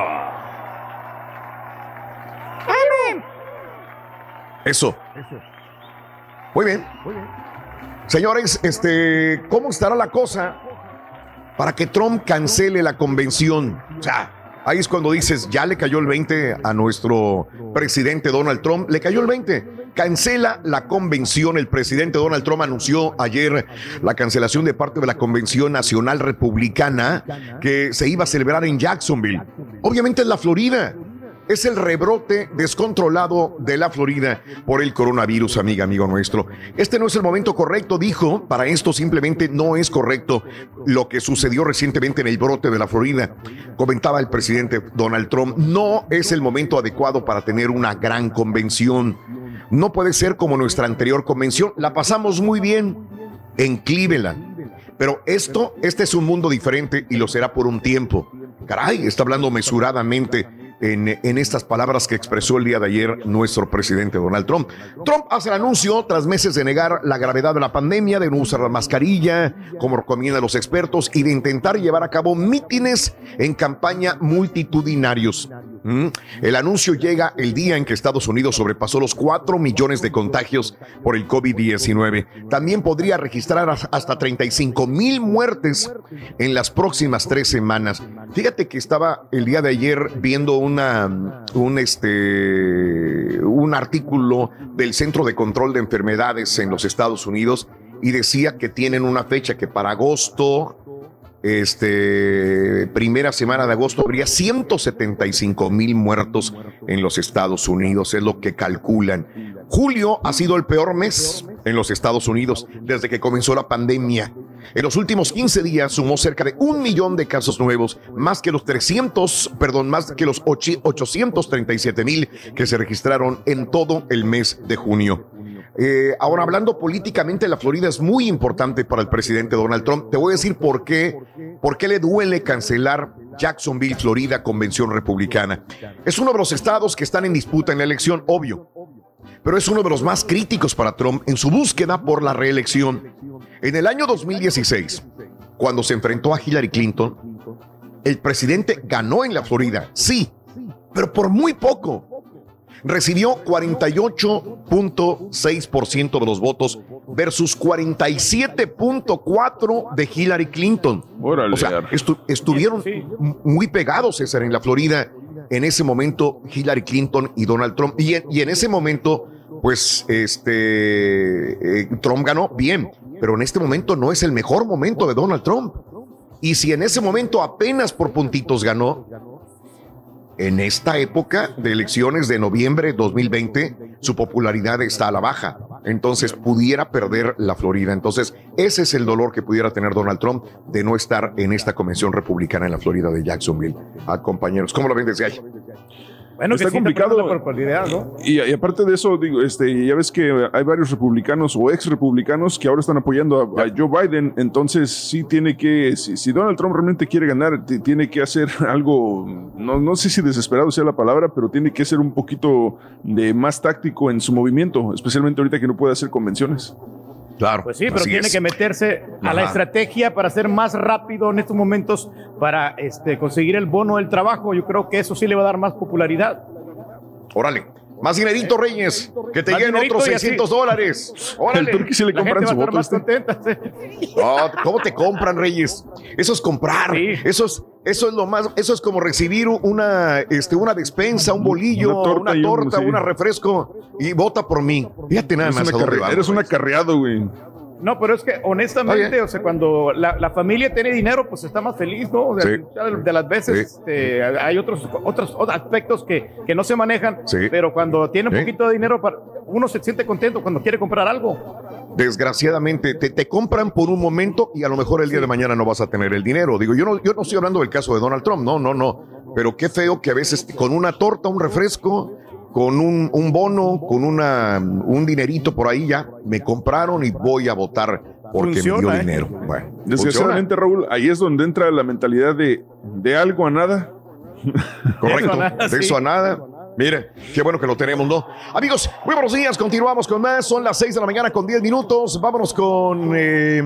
Eso. Muy bien. Señores, este, ¿cómo estará la cosa para que Trump cancele la convención? O sea, ahí es cuando dices, ya le cayó el veinte a nuestro presidente Donald Trump. Le cayó el veinte. Cancela la convención. El presidente Donald Trump anunció ayer la cancelación de parte de la Convención Nacional Republicana que se iba a celebrar en Jacksonville. Obviamente en la Florida. Es el rebrote descontrolado de la Florida por el coronavirus, amiga, amigo nuestro. Este no es el momento correcto, dijo. Para esto simplemente no es correcto lo que sucedió recientemente en el brote de la Florida. Comentaba el presidente Donald Trump, no es el momento adecuado para tener una gran convención. No puede ser como nuestra anterior convención. La pasamos muy bien en Cleveland. Pero esto, este es un mundo diferente y lo será por un tiempo. Caray, está hablando mesuradamente en, en estas palabras que expresó el día de ayer nuestro presidente Donald Trump. Trump hace el anuncio tras meses de negar la gravedad de la pandemia, de no usar la mascarilla, como recomiendan los expertos, y de intentar llevar a cabo mítines en campaña multitudinarios. ¿Mm? El anuncio llega el día en que Estados Unidos sobrepasó los cuatro millones de contagios por el COVID diecinueve. También podría registrar hasta treinta y cinco mil muertes en las próximas tres semanas. Fíjate que estaba el día de ayer viendo una, un, este, un artículo del Centro de Control de Enfermedades en los Estados Unidos y decía que tienen una fecha que para agosto, este, primera semana de agosto, habría ciento setenta y cinco mil muertos en los Estados Unidos, es lo que calculan. Julio ha sido el peor mes en los Estados Unidos desde que comenzó la pandemia. En los últimos quince días sumó cerca de un millón de casos nuevos, más que los trescientos, perdón, más que los ochocientos treinta y siete mil que se registraron en todo el mes de junio. Eh, ahora, hablando políticamente, la Florida es muy importante para el presidente Donald Trump. Te voy a decir por qué, por qué le duele cancelar Jacksonville, Florida, convención republicana. Es uno de los estados que están en disputa en la elección, obvio, pero es uno de los más críticos para Trump en su búsqueda por la reelección. En el año dos mil dieciséis, cuando se enfrentó a Hillary Clinton, el presidente ganó en la Florida, sí, pero por muy poco. Recibió cuarenta y ocho punto seis por ciento de los votos versus cuarenta y siete punto cuatro por ciento de Hillary Clinton. Órale. O sea, estu- estuvieron sí, sí. muy pegados, César, en la Florida. En ese momento, Hillary Clinton y Donald Trump. Y en, y en ese momento, pues, este, eh, Trump ganó bien. Pero en este momento no es el mejor momento de Donald Trump. Y si en ese momento apenas por puntitos ganó, en esta época de elecciones de noviembre de dos mil veinte, su popularidad está a la baja. Entonces pudiera perder la Florida. Entonces ese es el dolor que pudiera tener Donald Trump de no estar en esta convención republicana en la Florida de Jacksonville. Ah, compañeros, ¿cómo lo ven desde ahí? Bueno, está que complicado. Sí, popularidad, ¿no? y, y aparte de eso, digo, este, ya ves que hay varios republicanos o ex republicanos que ahora están apoyando a, a Joe Biden. Entonces sí tiene que, si, si Donald Trump realmente quiere ganar, t- tiene que hacer algo, no, no sé si desesperado sea la palabra, pero tiene que ser un poquito de más táctico en su movimiento, especialmente ahorita que no puede hacer convenciones. Claro. Pues sí, pero tiene es. que meterse a Ajá. la estrategia para ser más rápido en estos momentos para este, conseguir el bono del trabajo. Yo creo que eso sí le va a dar más popularidad. Órale. Más dinerito, Reyes, que te lleguen otros seiscientos dólares. Órale. El Turqui sí le la compran su voto. Este. Oh, ¿cómo te compran, Reyes? Eso es comprar. Sí. Eso es, eso es lo más, eso es como recibir una, este, una despensa, un bolillo, una torta, una, torta, un, sí. una refresco y vota por mí. Fíjate nada más. Carre- vamos, eres un acarreado, güey. No, pero es que honestamente, o sea, cuando la, la familia tiene dinero, pues está más feliz, ¿no? O sea, sí. de, de las veces sí. este, hay otros, otros aspectos que, que no se manejan, sí. pero cuando tiene un sí. poquito de dinero, uno se siente contento cuando quiere comprar algo. Desgraciadamente, te, te compran por un momento y a lo mejor el día sí. de mañana no vas a tener el dinero. Digo, yo no, yo no estoy hablando del caso de Donald Trump, no, no, no. Pero qué feo que a veces con una torta, un refresco, con un, un bono, con una, un dinerito por ahí ya, me compraron y voy a votar porque funciona, me dio ¿eh? dinero. Bueno, desgraciadamente, Raúl, ahí es donde entra la mentalidad de, de algo a nada. Correcto, eso a nada, de eso sí. a nada. Mire, qué bueno que lo tenemos, ¿no? Amigos, muy buenos días, continuamos con más. Son las seis de la mañana con diez minutos. Vámonos con, eh,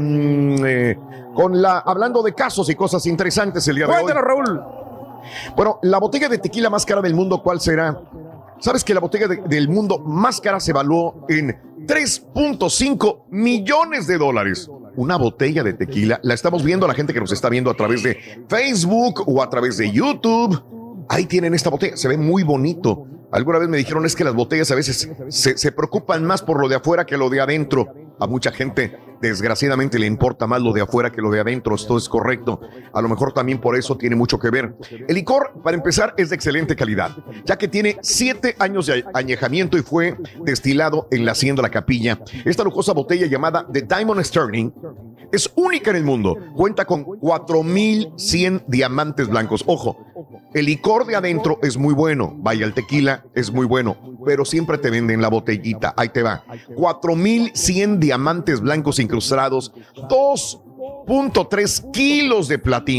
eh, con la, hablando de casos y cosas interesantes el día de hoy. Cuéntanos, Raúl. Bueno, la botella de tequila más cara del mundo, ¿cuál será? ¿Sabes que la botella de, del mundo más cara se evaluó en tres punto cinco millones de dólares? Una botella de tequila. La estamos viendo, la gente que nos está viendo a través de Facebook o a través de YouTube. Ahí tienen esta botella, se ve muy bonito. Alguna vez me dijeron es que las botellas a veces se, se preocupan más por lo de afuera que lo de adentro. A mucha gente, desgraciadamente, le importa más lo de afuera que lo de adentro. Esto es correcto. A lo mejor también por eso tiene mucho que ver. El licor, para empezar, es de excelente calidad, ya que tiene siete años de añejamiento y fue destilado en la Hacienda La Capilla. Esta lujosa botella llamada The Diamond Sterling es única en el mundo. Cuenta con cuatro mil cien diamantes blancos. Ojo, el licor de adentro es muy bueno. Vaya, el tequila es muy bueno, pero siempre te venden la botellita. Ahí te va. cuatro mil cien diamantes blancos incrustados, dos punto tres kilos de platino,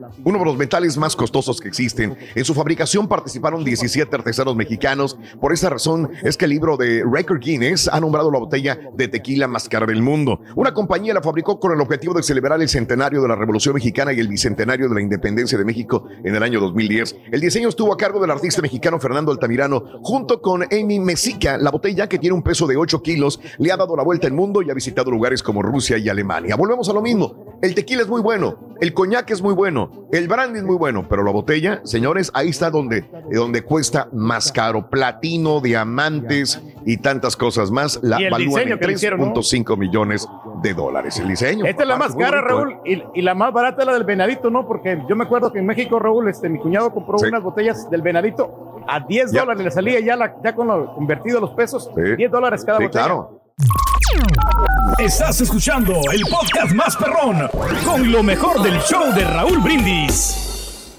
uno de los metales más costosos que existen. En su fabricación participaron diecisiete artesanos mexicanos. Por esa razón es que el libro de Record Guinness ha nombrado la botella de tequila más cara del mundo. Una compañía la fabricó con el objetivo de celebrar el centenario de la Revolución Mexicana y el bicentenario de la Independencia de México en el año dos mil diez. El diseño estuvo a cargo del artista mexicano Fernando Altamirano junto con Amy Mexica. La botella, que tiene un peso de ocho kilos, le ha dado la vuelta al mundo y ha visitado lugares como Rusia y Alemania. Volvemos a lo mismo. El tequila es muy bueno, el coñac es muy bueno, el brandy es muy bueno, pero la botella, señores, ahí está donde, donde cuesta más caro. Platino, diamantes y tantas cosas más. La valúan en tres punto cinco millones de dólares. El diseño. Esta es la más cara, Raúl, y, y la más barata es la del Venadito, ¿no? Porque yo me acuerdo que en México, Raúl, este, mi cuñado compró sí. unas botellas del Venadito a diez dólares, le salía ya, la, ya con lo convertido los pesos, sí. diez dólares cada sí, botella. Claro. Estás escuchando el podcast más perrón con lo mejor del show de Raúl Brindis.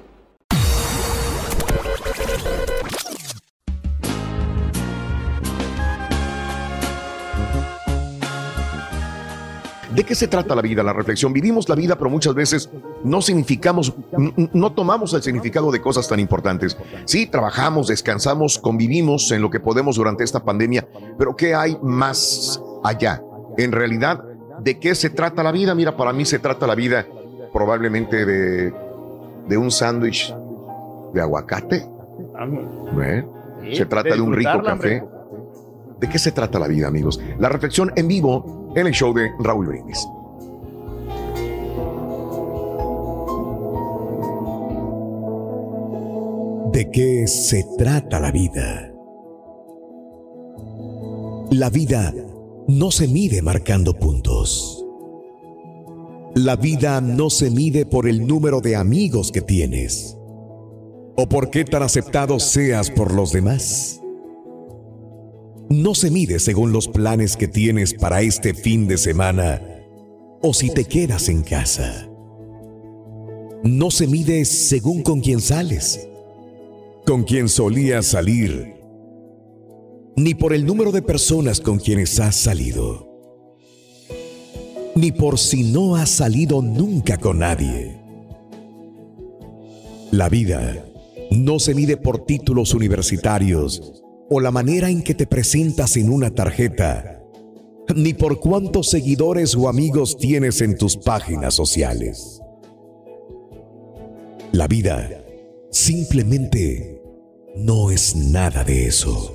¿De qué se trata la vida? La reflexión. Vivimos la vida, pero muchas veces no significamos, no tomamos el significado de cosas tan importantes. Sí, trabajamos, descansamos, convivimos en lo que podemos durante esta pandemia, pero ¿qué hay más allá? En realidad, ¿de qué se trata la vida? Mira, para mí se trata la vida probablemente de, de un sándwich de aguacate. ¿Eh? Sí, se trata de, de un rico café. Hombre. ¿De qué se trata la vida, amigos? La reflexión en vivo en el show de Raúl Brindis. ¿De qué se trata la vida? La vida no se mide marcando puntos. La vida no se mide por el número de amigos que tienes o por qué tan aceptado seas por los demás. No se mide según los planes que tienes para este fin de semana o si te quedas en casa. No se mide según con quién sales, con quién solías salir, ni por el número de personas con quienes has salido, ni por si no has salido nunca con nadie. La vida no se mide por títulos universitarios o la manera en que te presentas en una tarjeta, ni por cuántos seguidores o amigos tienes en tus páginas sociales. La vida simplemente no es nada de eso.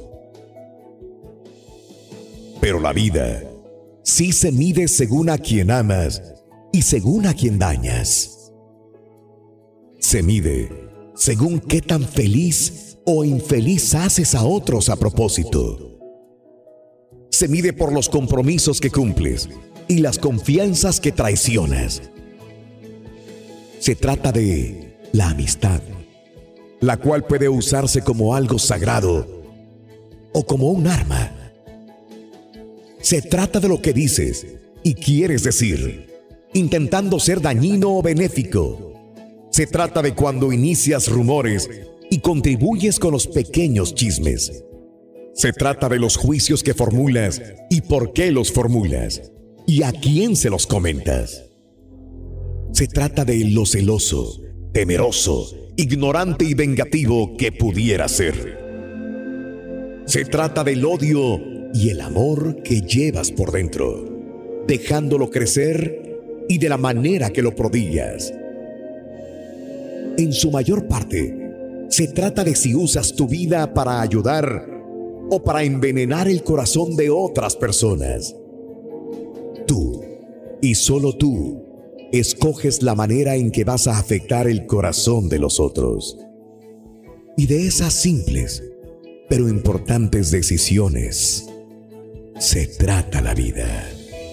Pero la vida sí se mide según a quien amas y según a quien dañas. Se mide según qué tan feliz o infeliz haces a otros a propósito. Se mide por los compromisos que cumples y las confianzas que traicionas. Se trata de la amistad, la cual puede usarse como algo sagrado o como un arma. Se trata de lo que dices y quieres decir, intentando ser dañino o benéfico. Se trata de cuando inicias rumores y contribuyes con los pequeños chismes. Se trata de los juicios que formulas y por qué los formulas y a quién se los comentas. Se trata de lo celoso, temeroso, ignorante y vengativo que pudiera ser. Se trata del odio y el amor que llevas por dentro, dejándolo crecer y de la manera que lo prodigas. En su mayor parte, se trata de si usas tu vida para ayudar o para envenenar el corazón de otras personas. Tú, y solo tú, escoges la manera en que vas a afectar el corazón de los otros. Y de esas simples, pero importantes decisiones, se trata la vida.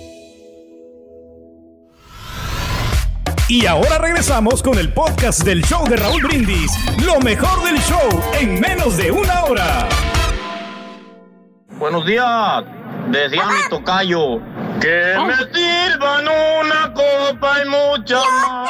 Y ahora regresamos con el podcast del show de Raúl Brindis. Lo mejor del show en menos de una hora. Buenos días. Decía mi tocayo que me sirvan una copa y mucha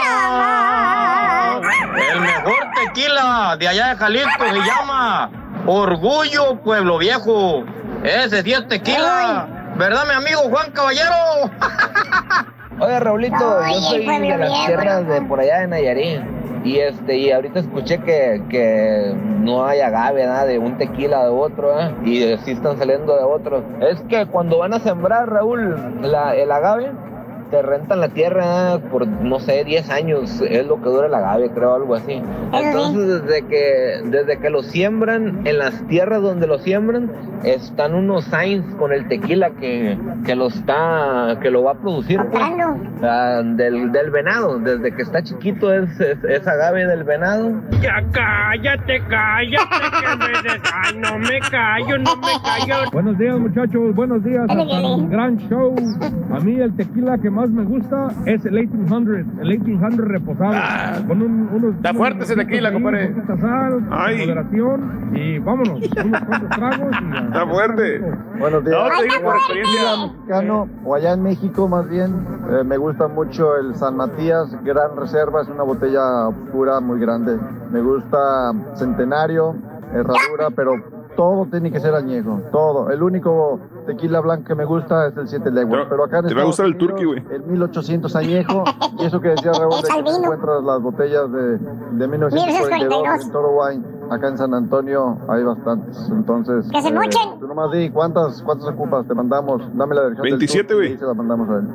más. El mejor tequila de allá de Jalisco se llama Orgullo Pueblo Viejo. Ese sí es tequila. ¿Verdad, mi amigo Juan Caballero? Oye, Raulito, Oye, yo soy de las tierras de por allá de Nayarit. Y este y ahorita escuché que, que no hay agave, nada de un tequila de otro, ¿eh? Y eh, sí están saliendo de otros. Es que cuando van a sembrar, Raúl, la, el agave, te rentan la tierra ¿eh? por, no sé, diez años, es lo que dura el agave, creo, algo así. Entonces, desde que, desde que lo siembran, en las tierras donde lo siembran, están unos signs con el tequila que, que lo está, que lo va a producir, pues, uh, del, del venado, desde que está chiquito es, es, es agave del venado. Ya cállate, cállate, que me des... Ay, no me callo, no me callo. Buenos días, muchachos, buenos días. Un gran show. A mí el tequila que más me gusta es el dieciocho cien, el dieciocho cien reposado. Ah, con un, unos, está fuerte ese tequila, compadre. Sal, moderación y vámonos, unos cuantos tragos. Y está fuerte. Buenos días. No, te digo por experiencia. Mexicano, o allá en México más bien, eh, me gusta mucho el San Matías Gran Reserva, es una botella pura muy grande. Me gusta Centenario, Herradura, pero todo tiene que ser añejo, todo. El único tequila blanco que me gusta es el Siete Leguas, pero acá en te va a gustar el Turqui, güey. El mil ochocientos añejo, y eso que decía Raúl, de que te encuentras las botellas de, de mil novecientos cuarenta y dos en Toro Wine, acá en San Antonio hay bastantes, entonces... ¡Que se mochen! Eh, tú nomás di, ¿cuántas, cuántas ocupas? Te mandamos, dame la dirección veintisiete, güey. Y se la mandamos a él.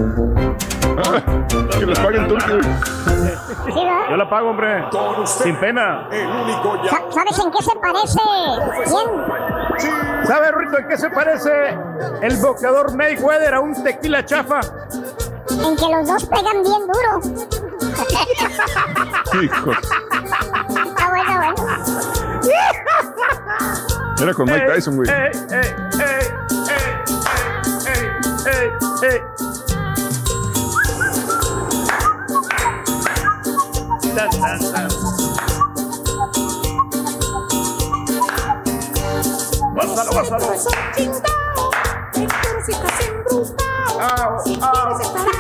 Que les paguen Turqui, güey. Yo la pago, hombre. Sin pena. El único ya. ¿Sabes en qué se parece? ¿Quién? ¿Sabes, Rito, en qué se parece el boxeador Mayweather a un tequila chafa? En que los dos pegan bien duro. Hijos. Ah, bueno, bueno. Era con Mike Tyson, güey. ¡Ey, ey, ey, ey, ey, ey, ey! Dan, dan, dan. Pásalo, pásalo. Au, au.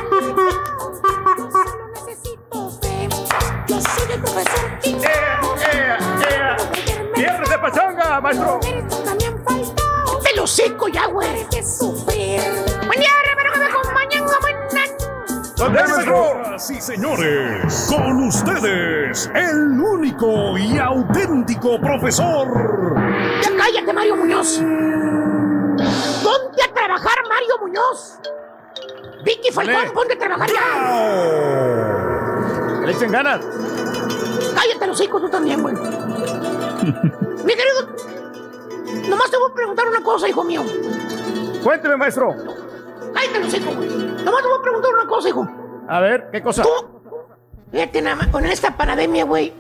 Yo soy el profesor King. ¡Ea, ea, ea! ¡Viernes de pachanga, maestro! ¡Te lo seco ya, güey! ¡Buen día, pero que me acompañan! ¿Dónde es, maestro? Sí, señores, con ustedes, el único y auténtico profesor. ¡Ya cállate, Mario Muñoz! ¡Ponte a trabajar, Mario Muñoz! ¡Vicky Falcón, ponte a trabajar ya! ¿Le echen ganas? ¡Cállate los hijos tú también, güey! Mi querido, nomás te voy a preguntar una cosa, hijo mío. Cuénteme, maestro. Cállate los hijos, güey. Nomás te voy a preguntar una cosa, hijo. A ver, ¿qué cosa? Tú, fíjate nada más, con esta pandemia, güey.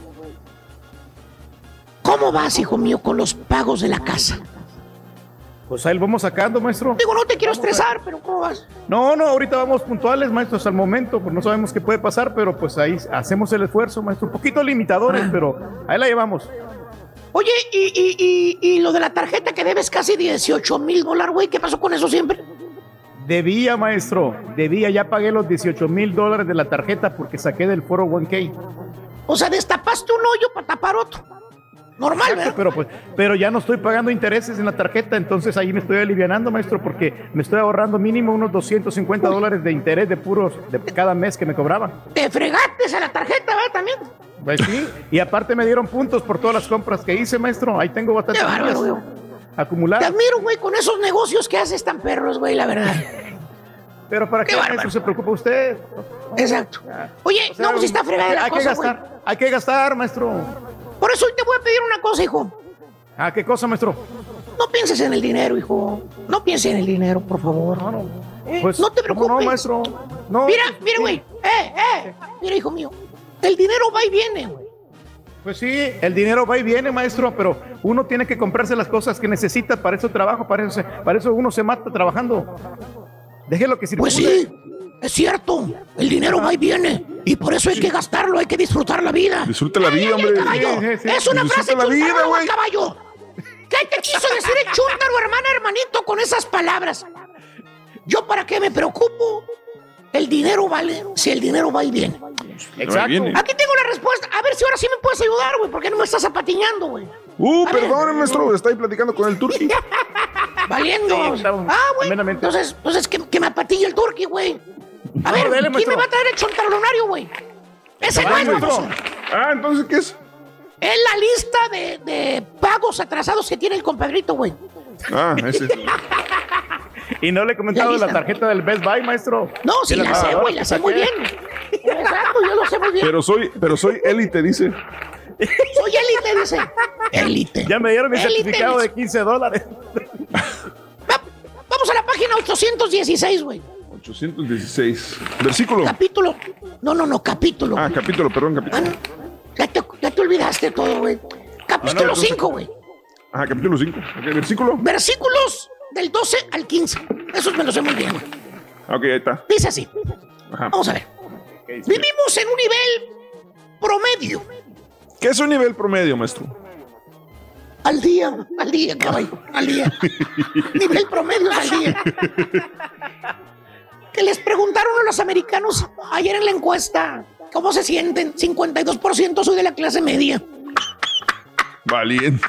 ¿Cómo vas, hijo mío, con los pagos de la casa? Pues ahí lo vamos sacando, maestro. Digo, no te quiero estresar, pero ¿cómo vas? No, no, ahorita vamos puntuales, maestro, hasta el momento, pues no sabemos qué puede pasar, pero pues ahí hacemos el esfuerzo, maestro. Un poquito limitadores, ah. pero ahí la llevamos. Oye, y, y, y, y lo de la tarjeta que debes casi dieciocho mil dólares, güey, ¿qué pasó con eso siempre? Debía, maestro, debía, ya pagué los dieciocho mil dólares de la tarjeta porque saqué del cuatro oh uno k. O sea, destapaste un hoyo para tapar otro. Normal, exacto, ¿verdad? Pero, pues, pero ya no estoy pagando intereses en la tarjeta, entonces ahí me estoy alivianando, maestro, porque me estoy ahorrando mínimo unos doscientos cincuenta dólares de interés de puros de cada mes que me cobraban. Te fregaste a la tarjeta, ¿verdad? También. Pues sí, y aparte me dieron puntos por todas las compras que hice, maestro. Ahí tengo bastante acumuladas. Te admiro, güey, con esos negocios que haces tan perros, güey, la verdad. Pero para qué, qué maestro, se preocupa usted. Exacto. Oye, o sea, no, pues está fregada la hay cosa, que gastar, güey. Hay que gastar, maestro. Por eso hoy te voy a pedir una cosa, hijo. ¿Ah, qué cosa, maestro? No pienses en el dinero, hijo. No pienses en el dinero, por favor. No, no. ¿Eh? Pues, no te preocupes. No, maestro. No. Mira, mira, güey. Eh, eh. Mira, hijo mío. El dinero va y viene, güey. Pues sí, el dinero va y viene, maestro, pero uno tiene que comprarse las cosas que necesita, para eso trabajo, para eso, para eso uno se mata trabajando. Déjelo que circule. Pues sí, es cierto, el dinero va y viene, y por eso hay sí. que gastarlo, hay que disfrutar la vida. Disfruta la vida, hombre. Sí, sí, sí. Es una frase la vida, güey. Caballo. ¿Qué te quiso decir el chúntaro, hermana, hermanito, con esas palabras? ¿Yo para qué me preocupo? El dinero vale si el dinero va y viene. Exacto. Aquí tengo la respuesta. A ver si ahora sí me puedes ayudar, güey. ¿Por qué no me estás zapatiñando, güey? Uh, perdón, maestro. Estoy platicando con el Turqui. Valiendo. Sí, ah, güey. Entonces, entonces que, que me apatille el Turqui, güey. A ver, no, dele, ¿quién maestro. me va a traer el chontalonario, güey? Ese no es, baboso. Ah, entonces, ¿qué es? Es la lista de, de pagos atrasados que tiene el compadrito, güey. Ah, ese. Y no le he comentado La la tarjeta del Best Buy, maestro. No, sí la sé, güey, la sé muy bien. Exacto, yo lo sé muy bien. Pero soy, pero soy élite, dice. Soy élite, dice. Élite. Ya me dieron mi Élite, certificado dice. de quince dólares. Vamos a la página ochocientos dieciséis, güey. ochocientos dieciséis. Versículo. Capítulo. No, no, no, capítulo. Ah, capítulo, perdón, capítulo. Ah, no. Ya te, ya te olvidaste todo, güey. Capítulo cinco, güey. Ah, capítulo cinco. Okay, versículo. Versículos del doce al quince. Esos me los sé muy bien, güey. Ok, ahí está. Dice así. Ajá. Vamos a ver. Vivimos en un nivel promedio. ¿Qué es un nivel promedio, maestro? Al día, al día, caballo, al día. Nivel promedio al día. Que les preguntaron a los americanos ayer en la encuesta cómo se sienten. cincuenta y dos por ciento soy de la clase media. Valiente.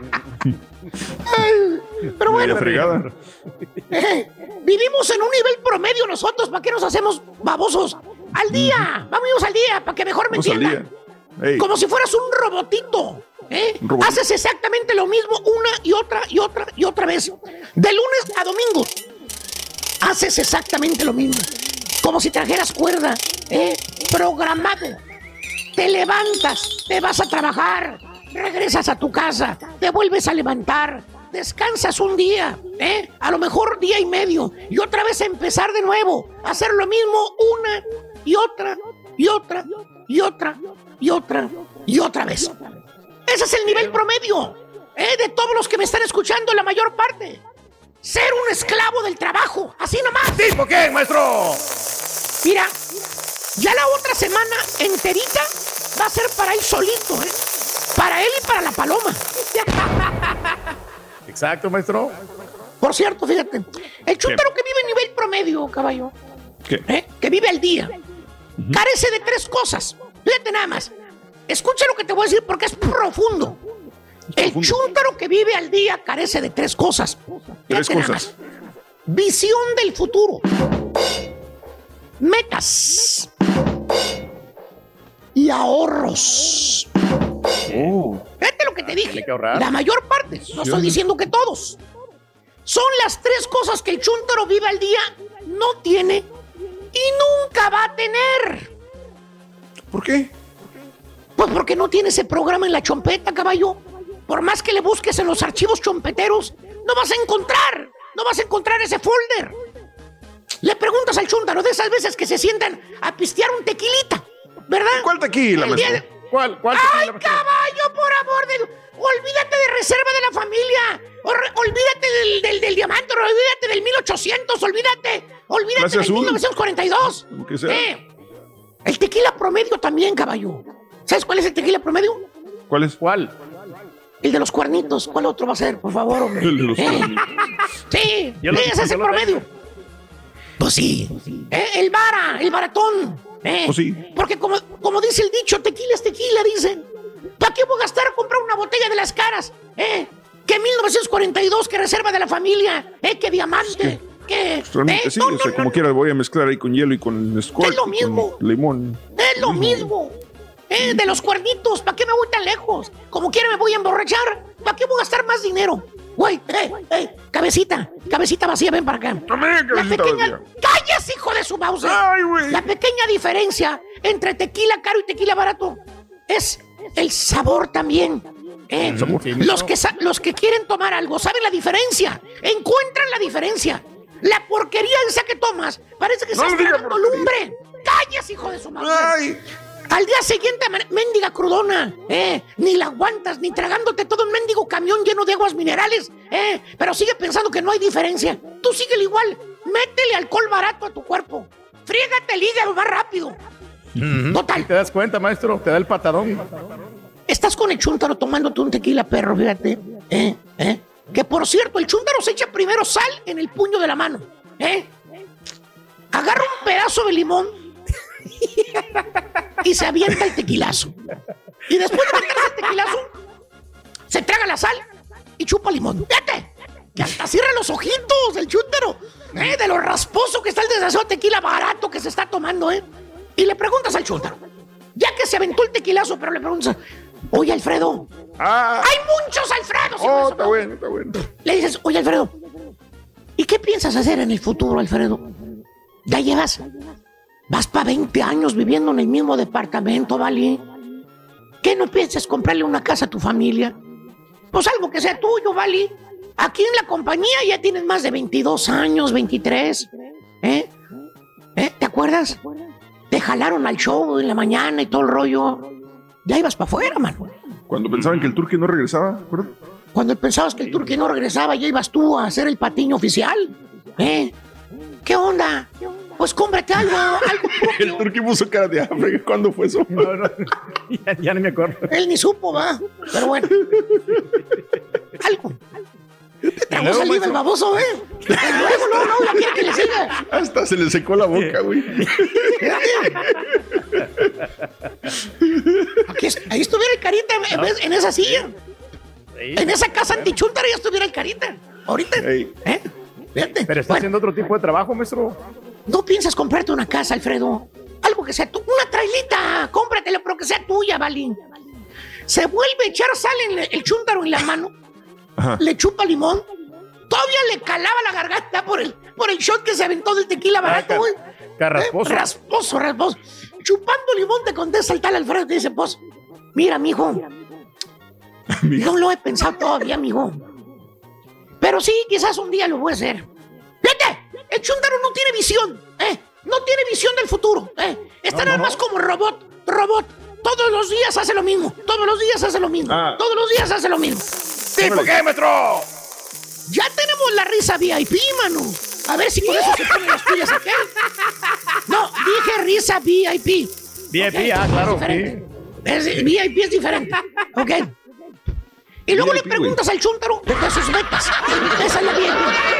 Ay, pero bueno. Fregada. Eh, vivimos en un nivel promedio nosotros. ¿Para qué nos hacemos babosos? Al día. Vamos al día para que mejor me Vamos al entiendan. día. Ey. Como si fueras un robotito. ¿eh? Un robotito. Haces exactamente lo mismo una y otra y otra y otra vez. De lunes a domingo. Haces exactamente lo mismo. Como si trajeras cuerda. ¿eh? Programado. Te levantas, te vas a trabajar, regresas a tu casa, te vuelves a levantar, descansas un día, ¿eh? A lo mejor día y medio, y otra vez empezar de nuevo, hacer lo mismo una y otra y otra y otra y otra y otra vez. Ese es el nivel promedio, ¿eh? De todos los que me están escuchando, la mayor parte. Ser un esclavo del trabajo, así nomás. ¿Tipo qué, maestro? Mira, ya la otra semana enterita va a ser para él solito, ¿eh? Para él y para la paloma. Exacto, maestro. Por cierto, fíjate, el chúntaro que vive en nivel promedio, caballo, ¿Qué? ¿eh? Que vive al día, uh-huh. carece de tres cosas. Fíjate nada más. Escucha lo que te voy a decir porque es profundo. El chúntaro que vive al día carece de tres cosas. Tres Fíjate cosas. nada más. Visión del futuro. Metas. Y ahorros. Oh. Fíjate lo que te dije. que ahorrar. La mayor parte, no estoy diciendo que todos. Son las tres cosas que el chúntaro vive al día, no tiene y nunca va a tener. ¿Por qué? Pues porque no tiene ese programa en la chompeta, caballo. Por más que le busques en los archivos chompeteros, no vas a encontrar, no vas a encontrar ese folder. Le preguntas al chúntaro de esas veces que se sientan a pistear un tequilita, ¿verdad? ¿Cuál tequila, maestro? De... ¿Cuál, cuál ¡Ay, tequila, caballo, por amor de... Olvídate de reserva de la familia. Or- olvídate del, del, del diamante. Olvídate del mil ochocientos. Olvídate. Olvídate Clase del azul. mil novecientos cuarenta y dos. Lo que sea. Eh, el tequila promedio también, caballo. ¿Sabes cuál es el tequila promedio? ¿Cuál es? ¿Cuál? El de los cuernitos. ¿Cuál otro va a ser, por favor, hombre? El de los Eh, cuernitos. Sí, Yo lo- ese es yo el lo promedio. Pues sí. Eh, el vara, el baratón. Eh, Pues sí. Porque como, como dice el dicho, tequila es tequila, dicen. ¿Para qué voy a gastar a comprar una botella de las caras? ¿Eh? Que mil novecientos cuarenta y dos, que reserva de la familia, ¿eh? Que diamante, que... Realmente ¿eh? sí, No, o no, sea, no, como no. quiera voy a mezclar ahí con hielo y con Squirt. Es lo y mismo. con limón. Es lo mismo. ¿Eh? De los cuernitos, ¿para qué me voy tan lejos? Como quiera me voy a emborrachar. ¿Para qué voy a gastar más dinero? Güey, eh, eh, cabecita, cabecita vacía, ven para acá. También, La cabecita pequeña... vacía. ¡Callas, hijo de su mouse! Ay, güey. La pequeña diferencia entre tequila caro y tequila barato es el sabor también. ¿eh? El sabor. Los, que sa- los que quieren tomar algo saben la diferencia, encuentran la diferencia. La porquería esa que tomas parece que No estás le diga tragando lumbre. ¡Callas, hijo de su madre! Ay. Al día siguiente, man- mendiga crudona, ¿eh? Ni la aguantas, ni tragándote todo un mendigo camión lleno de aguas minerales, ¿eh? Pero sigue pensando que no hay diferencia. Tú síguele igual. Métele alcohol barato a tu cuerpo. Frígate el hígado más rápido. Total. ¿Te das cuenta, maestro? Te da el patadón. Estás con el chúntaro tomándote un tequila, perro, fíjate. ¿Eh? ¿Eh? Que por cierto, el chúntaro se echa primero sal en el puño de la mano. ¿Eh? Agarra un pedazo de limón y se avienta el tequilazo. Y después de aventarse el tequilazo, se traga la sal y chupa limón. ¡Fíjate! Que hasta cierra los ojitos el chúntaro. ¿Eh? De lo rasposo que está el desgraciado tequila barato que se está tomando, ¿eh? Y le preguntas al chúntaro. Ya que se aventó el tequilazo, pero le preguntas, oye, Alfredo. Ah. Hay muchos Alfredos. Oh, está bueno, está bueno. Le dices, oye, Alfredo, ¿y qué piensas hacer en el futuro, Alfredo? Ya llevas, vas para veinte años viviendo en el mismo departamento, ¿vale? ¿Qué no piensas comprarle una casa a tu familia? Pues algo que sea tuyo, ¿vale? Aquí en la compañía ya tienes más de veintidós años, veintitrés. ¿Eh? ¿Eh? ¿Te acuerdas? Te jalaron al show en la mañana y todo el rollo. Ya ibas para afuera, mano. Cuando pensaban que el Turqui no regresaba, ¿acuerdas? Cuando pensabas que el Turqui no regresaba, ya ibas tú a hacer el patiño oficial. ¿Eh? ¿Qué onda? Pues cómprate algo, algo propio. El Turqui puso cara de hambre. ¿Cuándo fue eso? No, no, ya, ya no me acuerdo. Él ni supo, va. Pero bueno. Algo. Te tragó saliva el baboso, ¿eh? Luego, no, no, ya quiere que le siga. Hasta se le secó la boca, güey. Aquí es, ahí estuviera el Carita en, no. en esa silla. Sí. En esa casa antichúntara ya estuviera el Carita. Ahorita. Sí. ¿Eh? Fíjate. Pero está bueno. haciendo otro tipo de trabajo, maestro. ¿No piensas comprarte una casa, Alfredo? Algo que sea tu, una trailita. Cómpratela, pero que sea tuya, Valín. Se vuelve a echar sal en el chúntaro en la mano. Ajá. Le chupa limón. Todavía le calaba la garganta por el, por el shot que se aventó del tequila barato, güey. Carrasposo. Eh, rasposo, rasposo. Chupando limón te contesta el tal Alfredo y te dice, pues, mira, mijo. No lo he pensado todavía, mijo. Pero sí, quizás un día lo voy a hacer. Fíjate, el chúntaro no tiene visión, ¿eh? No tiene visión del futuro, ¿eh? Está no, nada no, más no. como robot, robot. Todos los días hace lo mismo. Todos los días hace lo mismo. Ah. Todos los días hace lo mismo. ¿Tipo qué, metro? Ya tenemos la risa V I P, mano. A ver si por eso se ponen las tuyas aquí. No, dije risa V I P. V I P, okay. ah, claro. Es es, V I P es diferente. Ok. Y luego V I P, le preguntas wey. al chúntaro de sus metas. Esa es la V I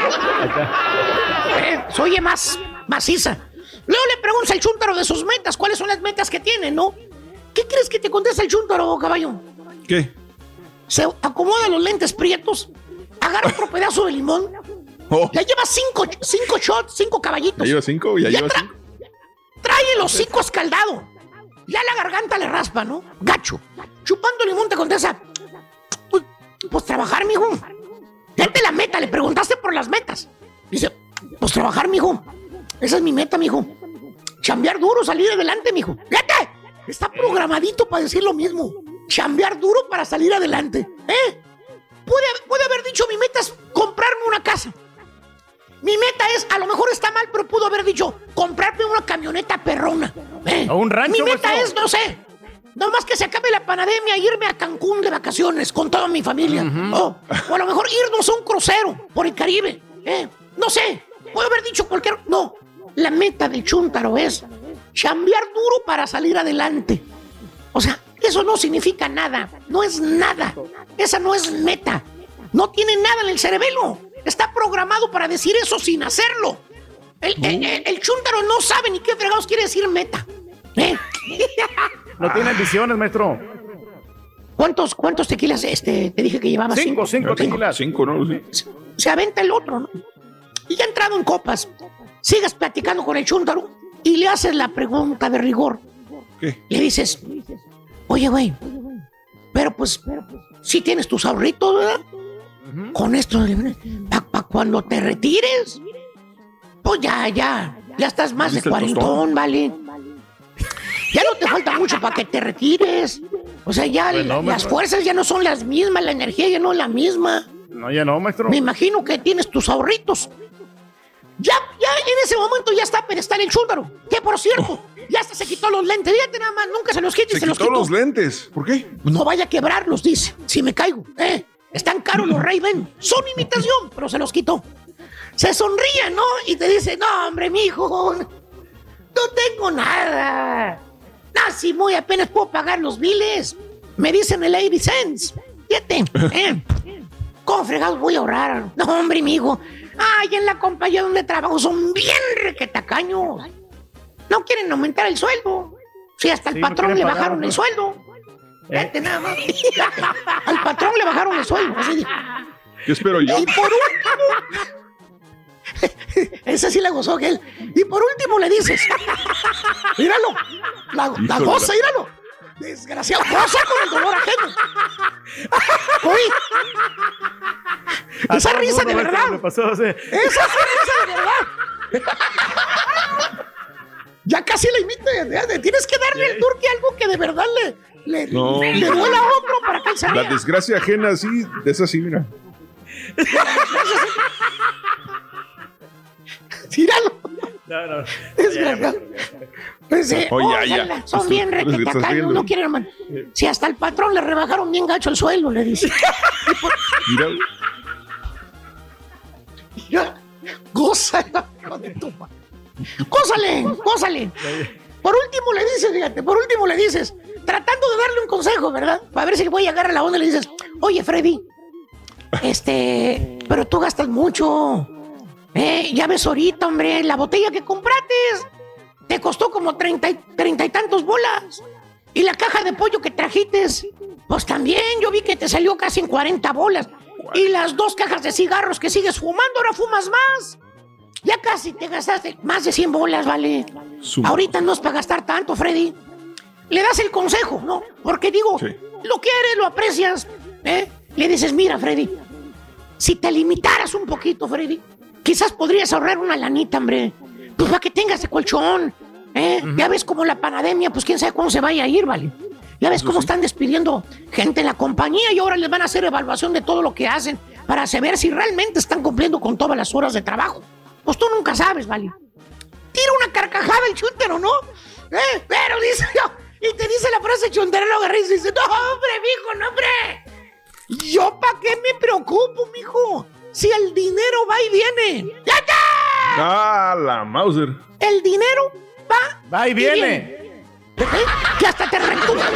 P. Eh, se oye más maciza. Luego le preguntas al chúntaro de sus metas. ¿Cuáles son las metas que tiene, no? ¿Qué crees que te contesta el chúntaro, caballo? ¿Qué? Se acomoda los lentes prietos, agarra otro pedazo de limón, oh. ya lleva cinco, cinco shots, cinco caballitos. ¿Ya lleva cinco? ¿Ya, ya lleva tra- cinco? Trae el hocico escaldado. Ya la garganta le raspa, ¿no? Gacho. Chupando limón te contesta, pues, pues trabajar, mijo. Ya te la meta, le preguntaste por las metas. Dice, pues trabajar, mijo. Esa es mi meta, mijo. Chambear duro, salir adelante, mijo. ¡Fíjate! Está programadito para decir lo mismo. Chambear duro para salir adelante. ¿Eh? Puede, puede haber dicho, mi meta es comprarme una casa. Mi meta es, a lo mejor está mal, pero pudo haber dicho, comprarme una camioneta perrona. ¿Eh? ¿O un rancho? Mi meta maestro? es, no sé, nomás que se acabe la pandemia, irme a Cancún de vacaciones con toda mi familia. Uh-huh. o, o a lo mejor irnos a un crucero por el Caribe. ¿Eh? No sé, puede haber dicho cualquier... No, la meta del chúntaro es chambear duro para salir adelante. O sea, eso no significa nada, no es nada. Esa no es meta. No tiene nada en el cerebelo. Está programado para decir eso sin hacerlo. El, uh. el, el, el chúntaro no sabe ni qué fregados quiere decir meta. ¿Eh? No tiene ambiciones, maestro. ¿Cuántos, cuántos tequilas este, te dije que llevaba? Cinco, cinco, cinco tequilas. Cinco, ¿no? Se, se aventa el otro, ¿no? Y ya entrado en copas, sigas platicando con el chúntaro y le haces la pregunta de rigor. ¿Qué? Le dices, oye, güey, pero pues, si tienes tus ahorritos, ¿verdad? Uh-huh. Con esto, para pa cuando te retires, pues ya, ya, ya estás más de cuarentón, ¿vale? Ya no te falta mucho para que te retires. O sea, ya pues no, las fuerzas ya no son las mismas, la energía ya no es la misma. No, ya no, maestro. Me imagino que tienes tus ahorritos. Ya, ya en ese momento ya está pedestal el chúntaro. Que por cierto, oh. ya hasta se quitó los lentes. Fíjate nada más, nunca se los quita y se, se los quitó. los lentes. ¿Por qué? No vaya a quebrarlos, dice. Si me caigo. Eh, están caros los Ray-Ban. Son imitación, pero se los quitó. Se sonríe, ¿no? Y te dice, no, hombre, mijo, no tengo nada. No, si muy apenas puedo pagar los biles. Me dicen el ochenta cents. Fíjate, eh. ¿Cómo fregados voy a ahorrar? No, hombre, mijo. Ay, en la compañía donde trabajo son bien requetacaños. No quieren aumentar el sueldo. Si hasta el sí, patrón no le pagar, bajaron ¿no? el sueldo. ¿Eh? Fíjate nada más. Al patrón le bajaron el sueldo. Así. ¿Qué espero yo? Y por último, Esa sí la gozó aquel. Y por último le dices, míralo, la, la goza, míralo. Desgraciado, goza con el dolor ajeno. Oye, esa risa de verdad. Me pasó, o sea. Esa risa de verdad. Ya casi la imite. Tienes que darle al Turqui algo que de verdad le, le, no. le duela a otro para que él se La vea. desgracia ajena, sí, de esa sí, mira. Tíralo. No, no. Es verdad. Pues, eh, Oh, ya, oh, ya. ya, son Tú- bien tú eres que requete estás acá, riendo. no quieren, hermano. Si hasta el patrón le rebajaron bien gacho el sueldo, le dice. Mira. Mira, goza, hijo de tu madre. Gózale, gózale. Por último le dices, fíjate, por último le dices, tratando de darle un consejo, ¿verdad? Para ver si le voy a agarrar la onda, le dices, oye, Freddy, este, pero tú gastas mucho. Eh, ya ves ahorita, hombre, la botella que compraste te costó como treinta y, treinta y tantos bolas. Y la caja de pollo que trajiste, pues también yo vi que te salió casi en cuarenta bolas. Y las dos cajas de cigarros que sigues fumando, ahora fumas más. Ya casi te gastaste más de cien bolas, ¿vale? Suma. Ahorita no es para gastar tanto, Freddy. Le das el consejo, ¿no? Porque digo, Sí. lo quieres, lo aprecias, ¿eh? Le dices, mira, Freddy, si te limitaras un poquito, Freddy, quizás podrías ahorrar una lanita, hombre. Pues para que tengas de colchón, ¿eh? Uh-huh. Ya ves cómo la pandemia, pues quién sabe cuándo se vaya a ir, ¿vale? Ya ves cómo están despidiendo gente en la compañía y ahora les van a hacer evaluación de todo lo que hacen para saber si realmente están cumpliendo con todas las horas de trabajo. Pues tú nunca sabes, ¿vale? Tira una carcajada el chúntero, ¿no? ¿Eh? Pero dice, y te dice la frase chuntero, lo agarré y dice, no, hombre, mijo, no, hombre. ¿Yo para qué me preocupo, mijo? Si el dinero va y viene. ¡Ya está! Ah, la Mauser. El dinero va, va y viene. Y viene. ¿Eh? Que hasta te retumba.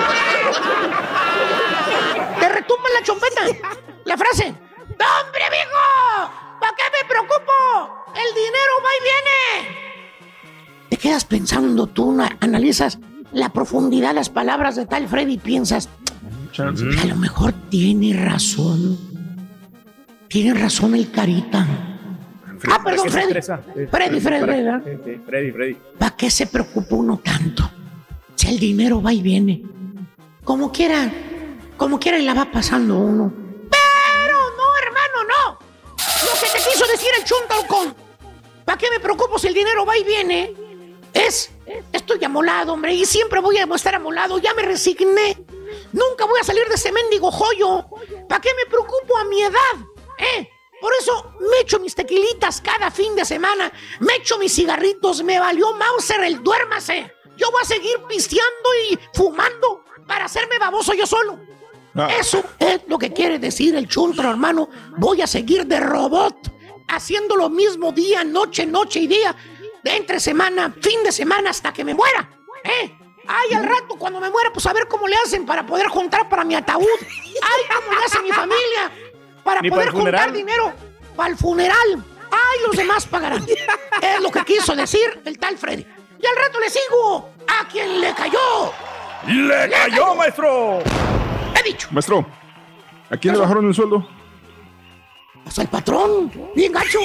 Te retumba la chompeta. La frase. ¡No, hombre, mijo! ¿Para qué me preocupo? El dinero va y viene. Te quedas pensando, tú analizas la profundidad de las palabras de tal Freddy y piensas, mm. a lo mejor tiene razón. Tiene razón el carita. Freddy, ah, perdón, Freddy. Freddy, Freddy, Freddy, Freddy. Sí, Freddy, Freddy. ¿Para qué se preocupa uno tanto? Si el dinero va y viene. Como quiera, como quiera y la va pasando uno. Pero no, hermano, no. Lo que te quiso decir el chuntalcón. ¿Para qué me preocupo si el dinero va y viene? Es, estoy amolado, hombre, y siempre voy a estar amolado. Ya me resigné. Nunca voy a salir de ese mendigo joyo. ¿Para qué me preocupo a mi edad? ¿Eh? Por eso me echo mis tequilitas cada fin de semana. Me echo mis cigarritos. Me valió Mauser el duérmase. Yo voy a seguir pisteando y fumando para hacerme baboso yo solo. Ah. Eso es lo que quiere decir el chuntro, hermano. Voy a seguir de robot, haciendo lo mismo día, noche, noche y día, de entre semana, fin de semana, hasta que me muera. ¿Eh? Ay, al rato, cuando me muera, pues a ver cómo le hacen para poder juntar para mi ataúd. Ay, cómo le hace mi familia para Ni poder para juntar dinero para el funeral. Ay, los demás pagarán. Es lo que quiso decir el tal Freddy. Y al rato le sigo a quien le cayó. ¡Le, le cayó, cayó, maestro! He dicho. Maestro, ¿a quién le bajaron el sueldo? Pues al patrón. Bien gacho.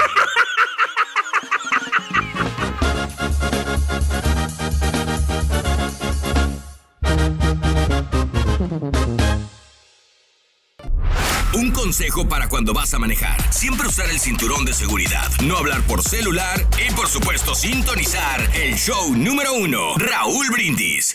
Un consejo para cuando vas a manejar. Siempre usar el cinturón de seguridad, no hablar por celular y, por supuesto, sintonizar el show número uno, Raúl Brindis.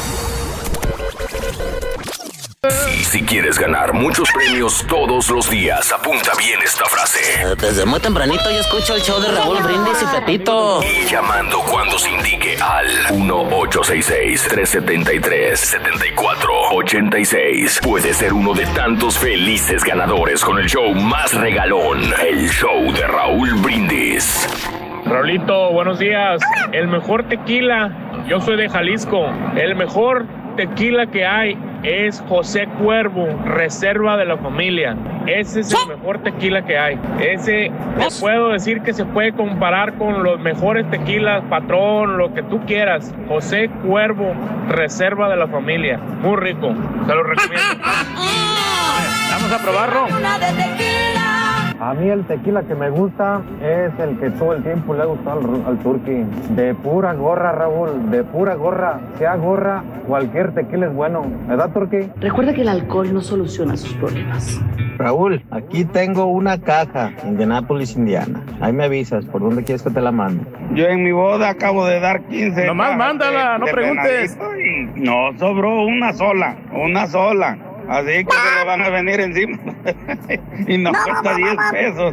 Y si quieres ganar muchos premios todos los días, apunta bien esta frase. Desde muy tempranito yo escucho el show de Raúl Brindis y Pepito. Y llamando cuando se indique al uno ocho seis seis, tres siete tres, siete cuatro ocho seis. Puedes ser uno de tantos felices ganadores con el show más regalón, el show de Raúl Brindis. Raulito, buenos días. El mejor tequila, yo soy de Jalisco. El mejor tequila que hay es José Cuervo, Reserva de la Familia. Ese es el mejor tequila que hay. Ese, te puedo decir que se puede comparar con los mejores tequilas, Patrón, lo que tú quieras. José Cuervo, Reserva de la Familia. Muy rico, te lo recomiendo. Vamos a probarlo. Una de tequila, A mí el tequila que me gusta es el que todo el tiempo le ha gustado al, al Turqui. De pura gorra, Raúl, de pura gorra. Sea gorra, cualquier tequila es bueno. ¿Verdad, Turqui? Recuerda que el alcohol no soluciona sus problemas. Raúl, aquí tengo una caja, Indianápolis, Indiana. Ahí me avisas, ¿por dónde quieres que te la mande? Yo en mi boda acabo de dar quince. Nomás mándala, no preguntes. Y no, sobró una sola, una sola. Así que se le van a venir encima. Y nos no, cuesta diez pesos.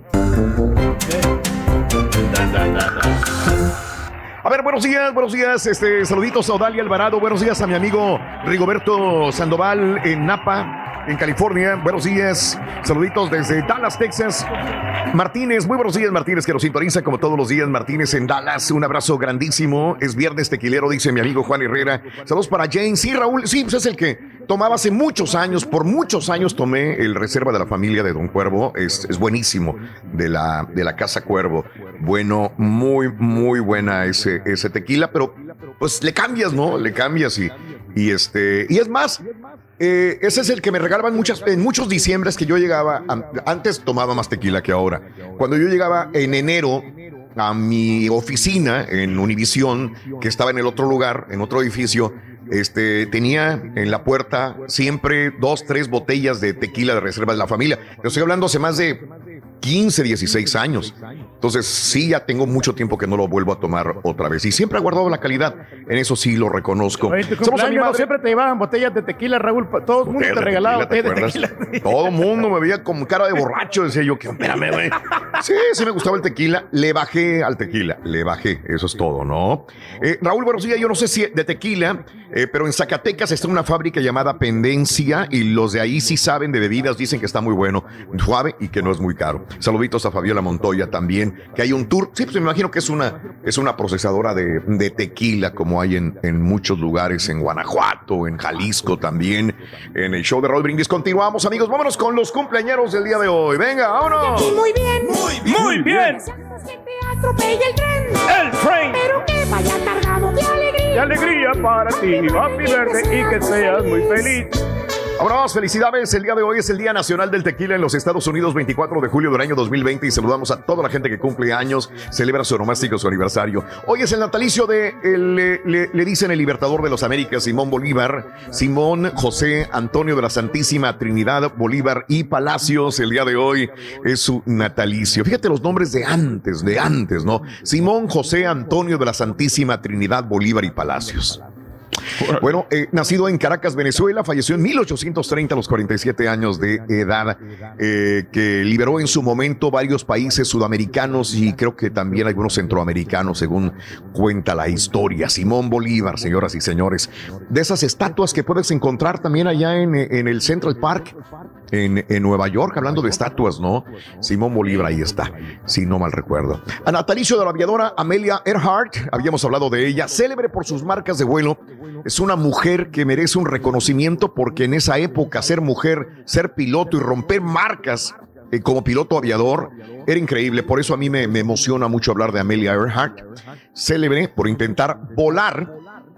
A ver, buenos días, buenos días. Este, saluditos a Odalia Alvarado. Buenos días a mi amigo Rigoberto Sandoval en Napa, en California. Buenos días. Saluditos desde Dallas, Texas. Martínez, muy buenos días, Martínez, que nos sintoniza como todos los días. Martínez en Dallas, un abrazo grandísimo. Es viernes tequilero, dice mi amigo Juan Herrera. Saludos para Jane. Sí, Raúl, sí, pues es el que tomaba hace muchos años. Por muchos años tomé el Reserva de la Familia de Don Cuervo. Es, es buenísimo, de la, de la Casa Cuervo. Bueno, muy, muy buena ese, ese tequila, pero pues le cambias, ¿no? Le cambias y, y este, y es más, eh, ese es el que me regalaban muchas, en muchos diciembres que yo llegaba, a, antes tomaba más tequila que ahora. Cuando yo llegaba en enero a mi oficina en Univisión, que estaba en el otro lugar, en otro edificio, este, tenía en la puerta siempre dos, tres botellas de tequila de Reserva de la Familia. Yo estoy hablando hace más de quince, dieciséis años. Entonces sí, ya tengo mucho tiempo que no lo vuelvo a tomar otra vez. Y siempre he guardado la calidad. En eso sí lo reconozco. Oye, tu cumpleaños, siempre te llevaban botellas de tequila, Raúl. Todo el mundo te regalaba botellas de tequila. Todo el mundo me veía con cara de borracho. Decía yo, que espérame, güey. Sí, sí me gustaba el tequila. Le bajé al tequila. Le bajé. Eso es todo, ¿no? Eh, Raúl, buenos días. Yo no sé si de tequila, eh, pero en Zacatecas está una fábrica llamada Pendencia y los de ahí sí saben de bebidas. Dicen que está muy bueno, suave y que no es muy caro. Saluditos a Fabiola Montoya también, que hay un tour. Sí, pues me imagino que es una, es una procesadora de, de tequila, como hay en, en muchos lugares, en Guanajuato, en Jalisco también, en el show de Raúl Brindis. Continuamos, amigos, vámonos con los cumpleañeros del día de hoy. Venga, vámonos. Muy bien, muy bien, muy bien. Se te atropella el tren, el tren, pero que vaya cargado de alegría, de alegría para ti, Happy Birthday y que seas muy feliz. Vámonos, felicidades. El día de hoy es el Día Nacional del Tequila en los Estados Unidos, veinticuatro de julio del año dos mil veinte, y saludamos a toda la gente que cumple años, celebra su onomástico, su aniversario. Hoy es el natalicio de, el, le, le, le dicen el libertador de las Américas, Simón Bolívar, Simón José Antonio de la Santísima Trinidad Bolívar y Palacios. El día de hoy es su natalicio. Fíjate los nombres de antes, de antes, ¿no? Simón José Antonio de la Santísima Trinidad Bolívar y Palacios. Bueno, eh, nacido en Caracas, Venezuela, falleció en mil ochocientos treinta a los cuarenta y siete años de edad, eh, que liberó en su momento varios países sudamericanos y creo que también algunos centroamericanos, según cuenta la historia. Simón Bolívar, señoras y señores, de esas estatuas que puedes encontrar también allá en, en el Central Park, en, en Nueva York, hablando de estatuas, ¿no? Simón Bolívar, ahí está, si no mal recuerdo. A natalicio de la aviadora Amelia Earhart, habíamos hablado de ella, célebre por sus marcas de vuelo. Es una mujer que merece un reconocimiento porque en esa época ser mujer, ser piloto y romper marcas eh, como piloto aviador era increíble. Por eso a mí me, me emociona mucho hablar de Amelia Earhart, célebre por intentar volar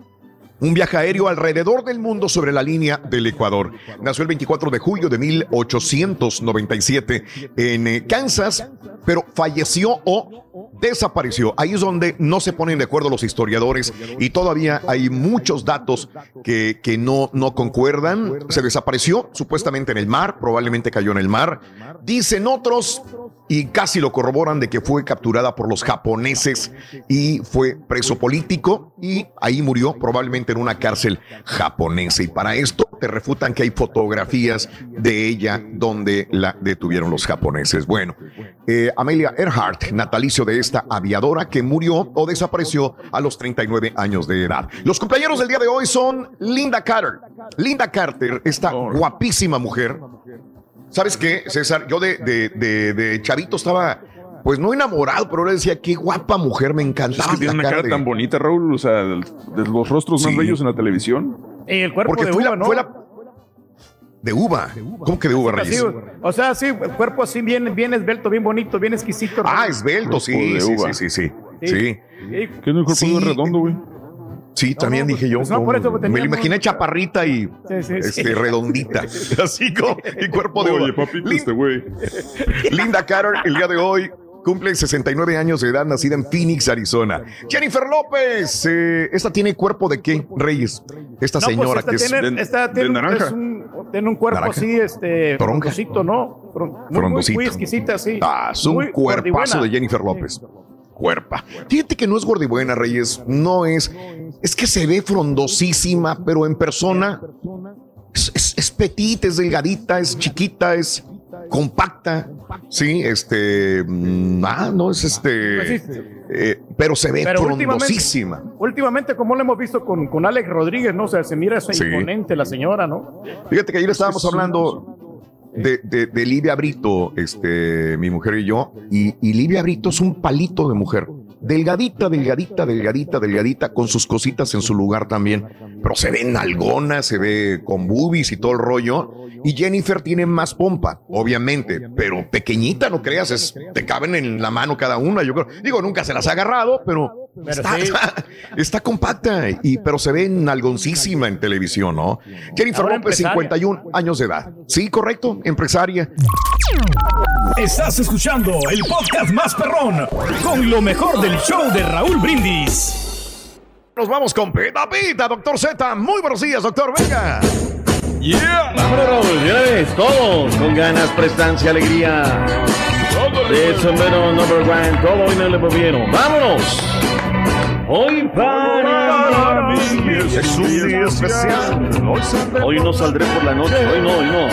un viaje aéreo alrededor del mundo sobre la línea del Ecuador. Nació el veinticuatro de julio de mil ochocientos noventa y siete en eh, Kansas, pero falleció o desapareció. Ahí es donde no se ponen de acuerdo los historiadores y todavía hay muchos datos que, que no, no concuerdan. Se desapareció supuestamente en el mar, probablemente cayó en el mar. Dicen otros, y casi lo corroboran, de que fue capturada por los japoneses y fue preso político y ahí murió probablemente en una cárcel japonesa. Y para esto te refutan que hay fotografías de ella donde la detuvieron los japoneses. Bueno, eh, Amelia Earhart, natalicio de esta aviadora que murió o desapareció a los treinta y nueve años de edad. Los compañeros del día de hoy son Linda Carter. Linda Carter, esta guapísima mujer. ¿Sabes qué, César? Yo de, de, de, de chavito estaba, pues no enamorado, pero le decía, qué guapa mujer, me encantaba. Es que tiene una cara de... tan bonita, Raúl, o sea, de, de los rostros sí. más bellos en la televisión. Y el cuerpo Porque de fue uva, la, ¿no? Fue la... De uva. ¿Cómo que de uva, Reyes? Sí, o sea, sí, el cuerpo así bien, bien esbelto, bien bonito, bien exquisito. Ah, esbelto, sí, sí, sí, sí, sí, sí. sí. ¿Qué es el cuerpo sí. redondo, güey? Sí, también no, dije yo. pues no, por eso me teníamos- la imaginé chaparrita y Sí, sí, este, sí. redondita. Así como y cuerpo de Oye, oro. papito, este güey. Linda Carter, el día de hoy, cumple sesenta y nueve años de edad, nacida en Phoenix, Arizona. Jennifer López, eh, ¿esta tiene cuerpo de qué, Reyes? Esta No, pues señora esta que es tiene, de, esta de tiene, un- naranja. es un, tiene un cuerpo Naranja. así, este, Toronja. frondosito, ¿no? Fron- Muy, muy, Frondosito. muy exquisita, sí. Ah, es un Muy cuerpazo gordibuena. de Jennifer López. Cuerpa. Fíjate que no es gordibuena, Reyes. No es. Es que se ve frondosísima, pero en persona es, es, es petita, es delgadita, es chiquita, es compacta. Sí, este. mm, Ah, no es este. Pues sí. eh, pero se ve Pero últimamente, frondosísima. últimamente, como lo hemos visto con, con Alex Rodríguez, ¿no? O sea, se mira esa Sí. imponente la señora, ¿no? Fíjate que ayer estábamos hablando de, de, de Livia Brito, este, mi mujer y yo, y, y Livia Brito es un palito de mujer. Delgadita, delgadita, delgadita, delgadita, con sus cositas en su lugar también. Pero se ve nalgona, se ve con boobies y todo el rollo. Y Jennifer tiene más pompa, obviamente, pero pequeñita, no creas, es, te caben en la mano cada una, yo creo. Digo, nunca se las ha agarrado, pero, Pero está, sí. está, está compacta, y, pero se ve nalgoncísima en televisión, ¿no? Jennifer Ahora López, empresaria. cincuenta y un años de edad. Sí, correcto, empresaria. Estás escuchando el podcast más perrón con lo mejor del show de Raúl Brindis. Nos vamos con Pita Pita, doctor Z. Muy buenos días, doctor, venga. Yeah. Vámonos, Raúl, señores, todos con ganas, prestancia, alegría. De sombrero number one, todo hoy no le movieron. ¡Vámonos! Hoy para mí es un día especial. Hoy no saldré por la noche, hoy no, hoy no.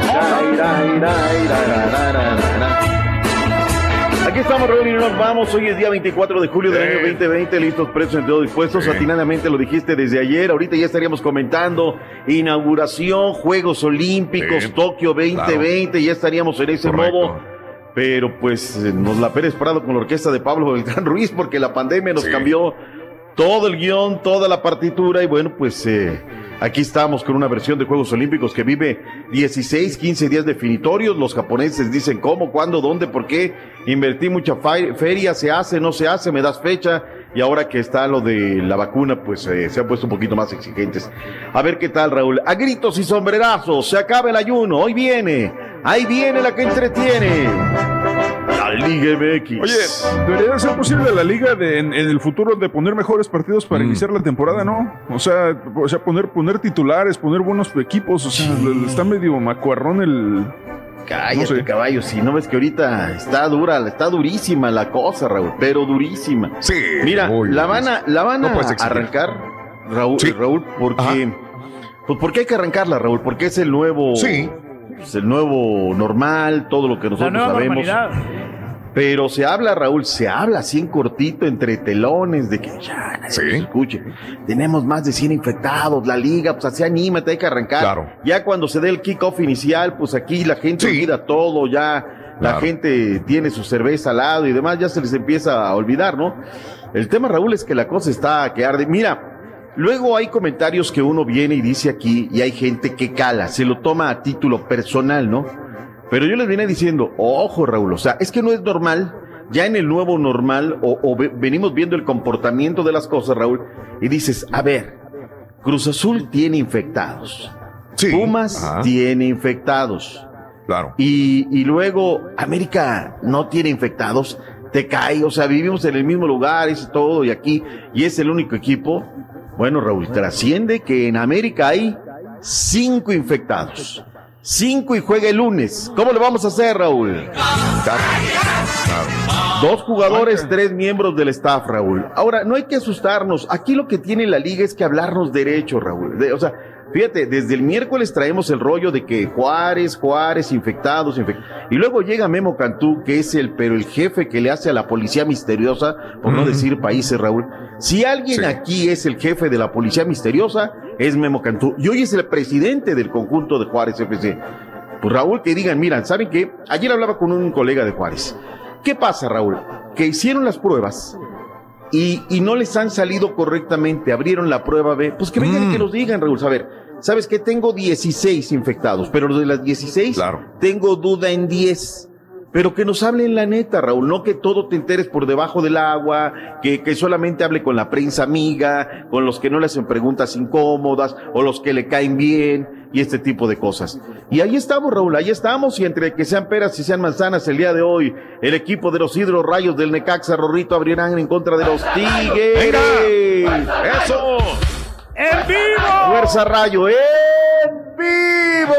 Aquí estamos, Raúl, y nos vamos. Hoy es día veinticuatro de julio del año veinte veinte, listos, precios, en todo dispuestos. Atinadamente lo dijiste desde ayer. Ahorita ya estaríamos comentando inauguración, Juegos Olímpicos, Sí, Tokio veinte veinte, ya estaríamos en ese Correcto. modo. Pero pues eh, nos la Pérez Prado con la orquesta de Pablo Beltrán Ruiz, porque la pandemia nos Sí. cambió todo el guión, toda la partitura, y bueno, pues eh, aquí estamos con una versión de Juegos Olímpicos que vive dieciséis, quince días definitorios. Los japoneses dicen cómo, cuándo, dónde, por qué. Invertí mucha fe- feria, se hace, no se hace, me das fecha. Y ahora que está lo de la vacuna, pues eh, se han puesto un poquito más exigentes. A ver qué tal, Raúl. A gritos y sombrerazos, se acaba el ayuno, hoy viene. Ahí viene la que entretiene. La Liga M X. Oye, debería ser posible la liga de, en, en el futuro de poner mejores partidos para Mm. iniciar la temporada, ¿no? O sea, o sea poner, poner titulares, poner buenos equipos. O sea, le- está medio macuarrón el. Cállate, No sé. caballo, si no ves que ahorita está dura, está durísima la cosa, Raúl, pero durísima. Sí. Mira, muy la bien. van a, la van No a puedes exigir. arrancar, Raúl, Sí. Raúl, porque, pues porque hay que arrancarla, Raúl, porque es el nuevo, Sí. es el nuevo normal, todo lo que La nosotros nueva sabemos. normalidad. Pero se habla, Raúl, se habla así en cortito, entre telones, de que ya nadie Sí. nos escuche. Tenemos más de cien infectados, la liga, pues así anímate, hay que arrancar. Claro. Ya cuando se dé el kickoff inicial, pues aquí la gente Sí. olvida todo, ya la Claro. gente tiene su cerveza al lado y demás, ya se les empieza a olvidar, ¿no? El tema, Raúl, es que la cosa está que arde. Mira, luego hay comentarios que uno viene y dice aquí, y hay gente que cala, se lo toma a título personal, ¿no? Pero yo les vine diciendo, ojo, Raúl, o sea, es que no es normal, ya en el nuevo normal, o, o ve- venimos viendo el comportamiento de las cosas, Raúl, y dices, a ver, Cruz Azul tiene infectados, Sí. Pumas Ajá. tiene infectados, Claro. y, y luego América no tiene infectados, te cae, o sea, vivimos en el mismo lugar, es todo, y aquí, y es el único equipo. Bueno, Raúl, trasciende que en América hay cinco infectados. Cinco y juega el lunes. ¿Cómo le vamos a hacer, Raúl? Dos jugadores, tres miembros del staff, Raúl. Ahora, no hay que asustarnos. Aquí lo que tiene la liga es que hablarnos derecho, Raúl. De- o sea, fíjate, desde el miércoles traemos el rollo de que Juárez, Juárez, infectados, infectados. Y luego llega Memo Cantú, que es el, pero el jefe que le hace a la policía misteriosa, por no decir países, Raúl. Si alguien Sí. aquí es el jefe de la policía misteriosa, es Memo Cantú. Y hoy es el presidente del conjunto de Juárez F C. Pues Raúl, que digan, miran, ¿saben qué? Ayer hablaba con un colega de Juárez. ¿Qué pasa, Raúl? Que hicieron las pruebas y, y no les han salido correctamente, abrieron la prueba B, pues que vengan Mm. y que nos digan, Raúl, a ver, ¿sabes qué? Tengo dieciséis infectados, pero de las dieciséis Claro. tengo duda en diez. pero que nos hablen la neta, Raúl, no que todo te enteres por debajo del agua, que, que solamente hable con la prensa amiga, con los que no le hacen preguntas incómodas, o los que le caen bien, y este tipo de cosas. Y ahí estamos, Raúl, ahí estamos, y entre que sean peras y sean manzanas el día de hoy, el equipo de los Hidro Rayos del Necaxa, Rorrito, abrirán en contra de los Tigres. ¡Venga! ¡Eso! ¡En vivo! ¡Fuerza Rayo! ¡En vivo!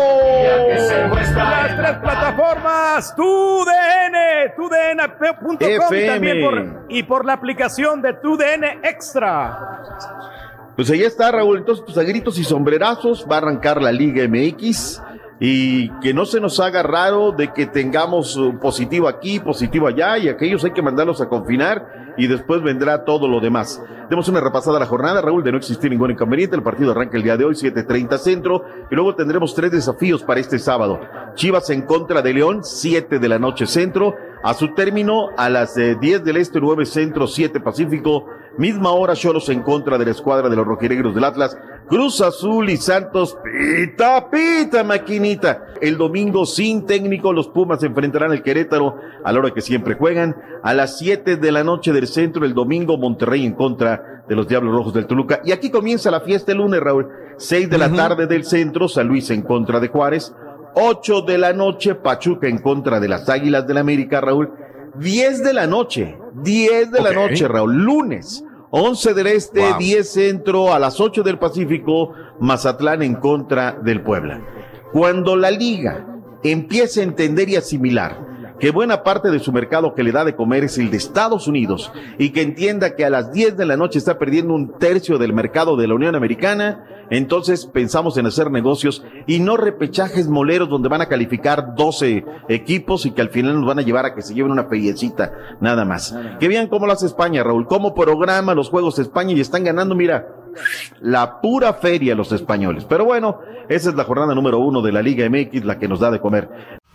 Las tres plataformas, tu D N, tu D N punto com y también por, y por la aplicación de tu D N Extra. Pues ahí está, Raúl. Entonces, pues a gritos y sombrerazos va a arrancar la Liga M X. Y que no se nos haga raro de que tengamos positivo aquí, positivo allá, y aquellos hay que mandarlos a confinar y después vendrá todo lo demás. Demos una repasada a la jornada, Raúl, de no existir ningún inconveniente. El partido arranca el día de hoy, siete treinta centro, y luego tendremos tres desafíos para este sábado. Chivas en contra de León, siete de la noche centro. A su término, a las eh, diez del este, nueve centro, siete pacífico. Misma hora, Xolos en contra de la escuadra de los rojinegros del Atlas. Cruz Azul y Santos, pita, pita, maquinita. El domingo sin técnico, los Pumas se enfrentarán al Querétaro a la hora que siempre juegan. A las siete de la noche del centro, el domingo, Monterrey en contra de los Diablos Rojos del Toluca. Y aquí comienza la fiesta el lunes, Raúl. seis de la uh-huh. tarde del centro, San Luis en contra de Juárez. ocho de la noche, Pachuca en contra de las Águilas del América, Raúl. diez de la noche, diez de okay. la noche, Raúl, lunes. once del este, wow. diez centro, a las ocho del Pacífico, Mazatlán en contra del Puebla. Cuando la liga empiece a entender y asimilar que buena parte de su mercado que le da de comer es el de Estados Unidos, y que entienda que a las diez de la noche está perdiendo un tercio del mercado de la Unión Americana, entonces pensamos en hacer negocios y no repechajes moleros donde van a calificar doce equipos y que al final nos van a llevar a que se lleven una feriecita, nada más. Que vean cómo lo hace España, Raúl, cómo programa los juegos de España y están ganando, mira, la pura feria los españoles. Pero bueno, esa es la jornada número uno de la Liga M X, la que nos da de comer.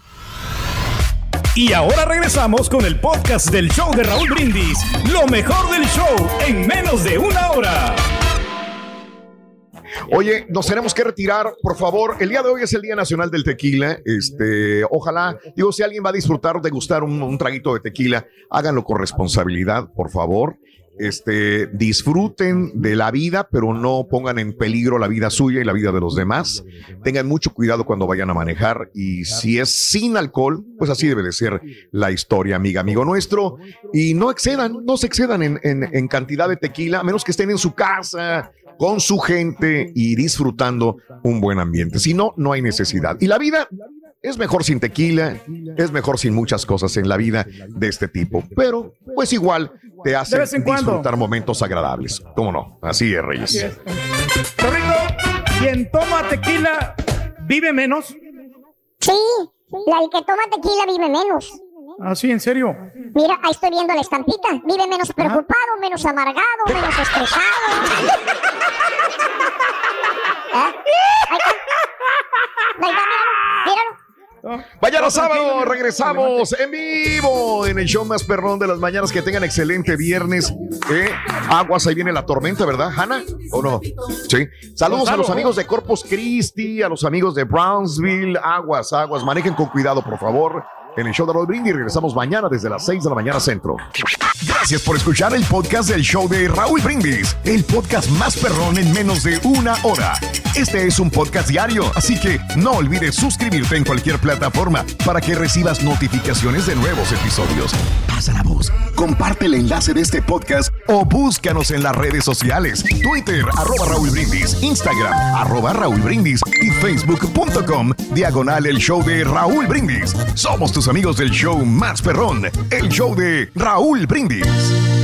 Y ahora regresamos con el podcast del show de Raúl Brindis. Lo mejor del show en menos de una hora. Oye, nos tenemos que retirar, por favor. El día de hoy es el Día Nacional del Tequila. Este, ojalá, digo, si alguien va a disfrutar, degustar un, un traguito de tequila, háganlo con responsabilidad, por favor. Este, disfruten de la vida, pero no pongan en peligro la vida suya y la vida de los demás. Tengan mucho cuidado cuando vayan a manejar, y si es sin alcohol, pues así debe de ser la historia, amiga, amigo nuestro. Y no excedan, no se excedan en, en, en cantidad de tequila, a menos que estén en su casa, con su gente y disfrutando un buen ambiente. Si no, no hay necesidad. Y la vida es mejor sin tequila, es mejor sin muchas cosas en la vida de este tipo, pero pues igual te hace disfrutar cuando. momentos agradables. ¿Cómo no? Así es, Reyes. Así es. Rodrigo, quien toma tequila vive menos. Sí, la, el que toma tequila vive menos. Ah, sí, ¿en serio? Mira, ahí estoy viendo la estampita. Vive menos preocupado, ¿Ah? menos amargado, menos estresado. ¿Eh? Ahí está. Ahí está, míralo, míralo. Mañana sábado regresamos en vivo en el show más perrón de las mañanas. Que tengan excelente viernes. ¿Eh? Aguas, ahí viene la tormenta, ¿verdad, Hanna? ¿O no? Sí. Saludos a los amigos de Corpus Christi, a los amigos de Brownsville. Aguas, aguas. Manejen con cuidado, por favor. En el show de Raúl Brindis regresamos mañana desde las seis de la mañana centro. Gracias por escuchar el podcast del show de Raúl Brindis, el podcast más perrón en menos de una hora. Este es un podcast diario, así que no olvides suscribirte en cualquier plataforma para que recibas notificaciones de nuevos episodios. Pasa la voz, comparte el enlace de este podcast o búscanos en las redes sociales. Twitter, arroba Raúl Brindis, Instagram, arroba Raúl Brindis y Facebook punto com, diagonal el show de Raúl Brindis. Somos tus amigos del show más perrón, el show de Raúl Brindis.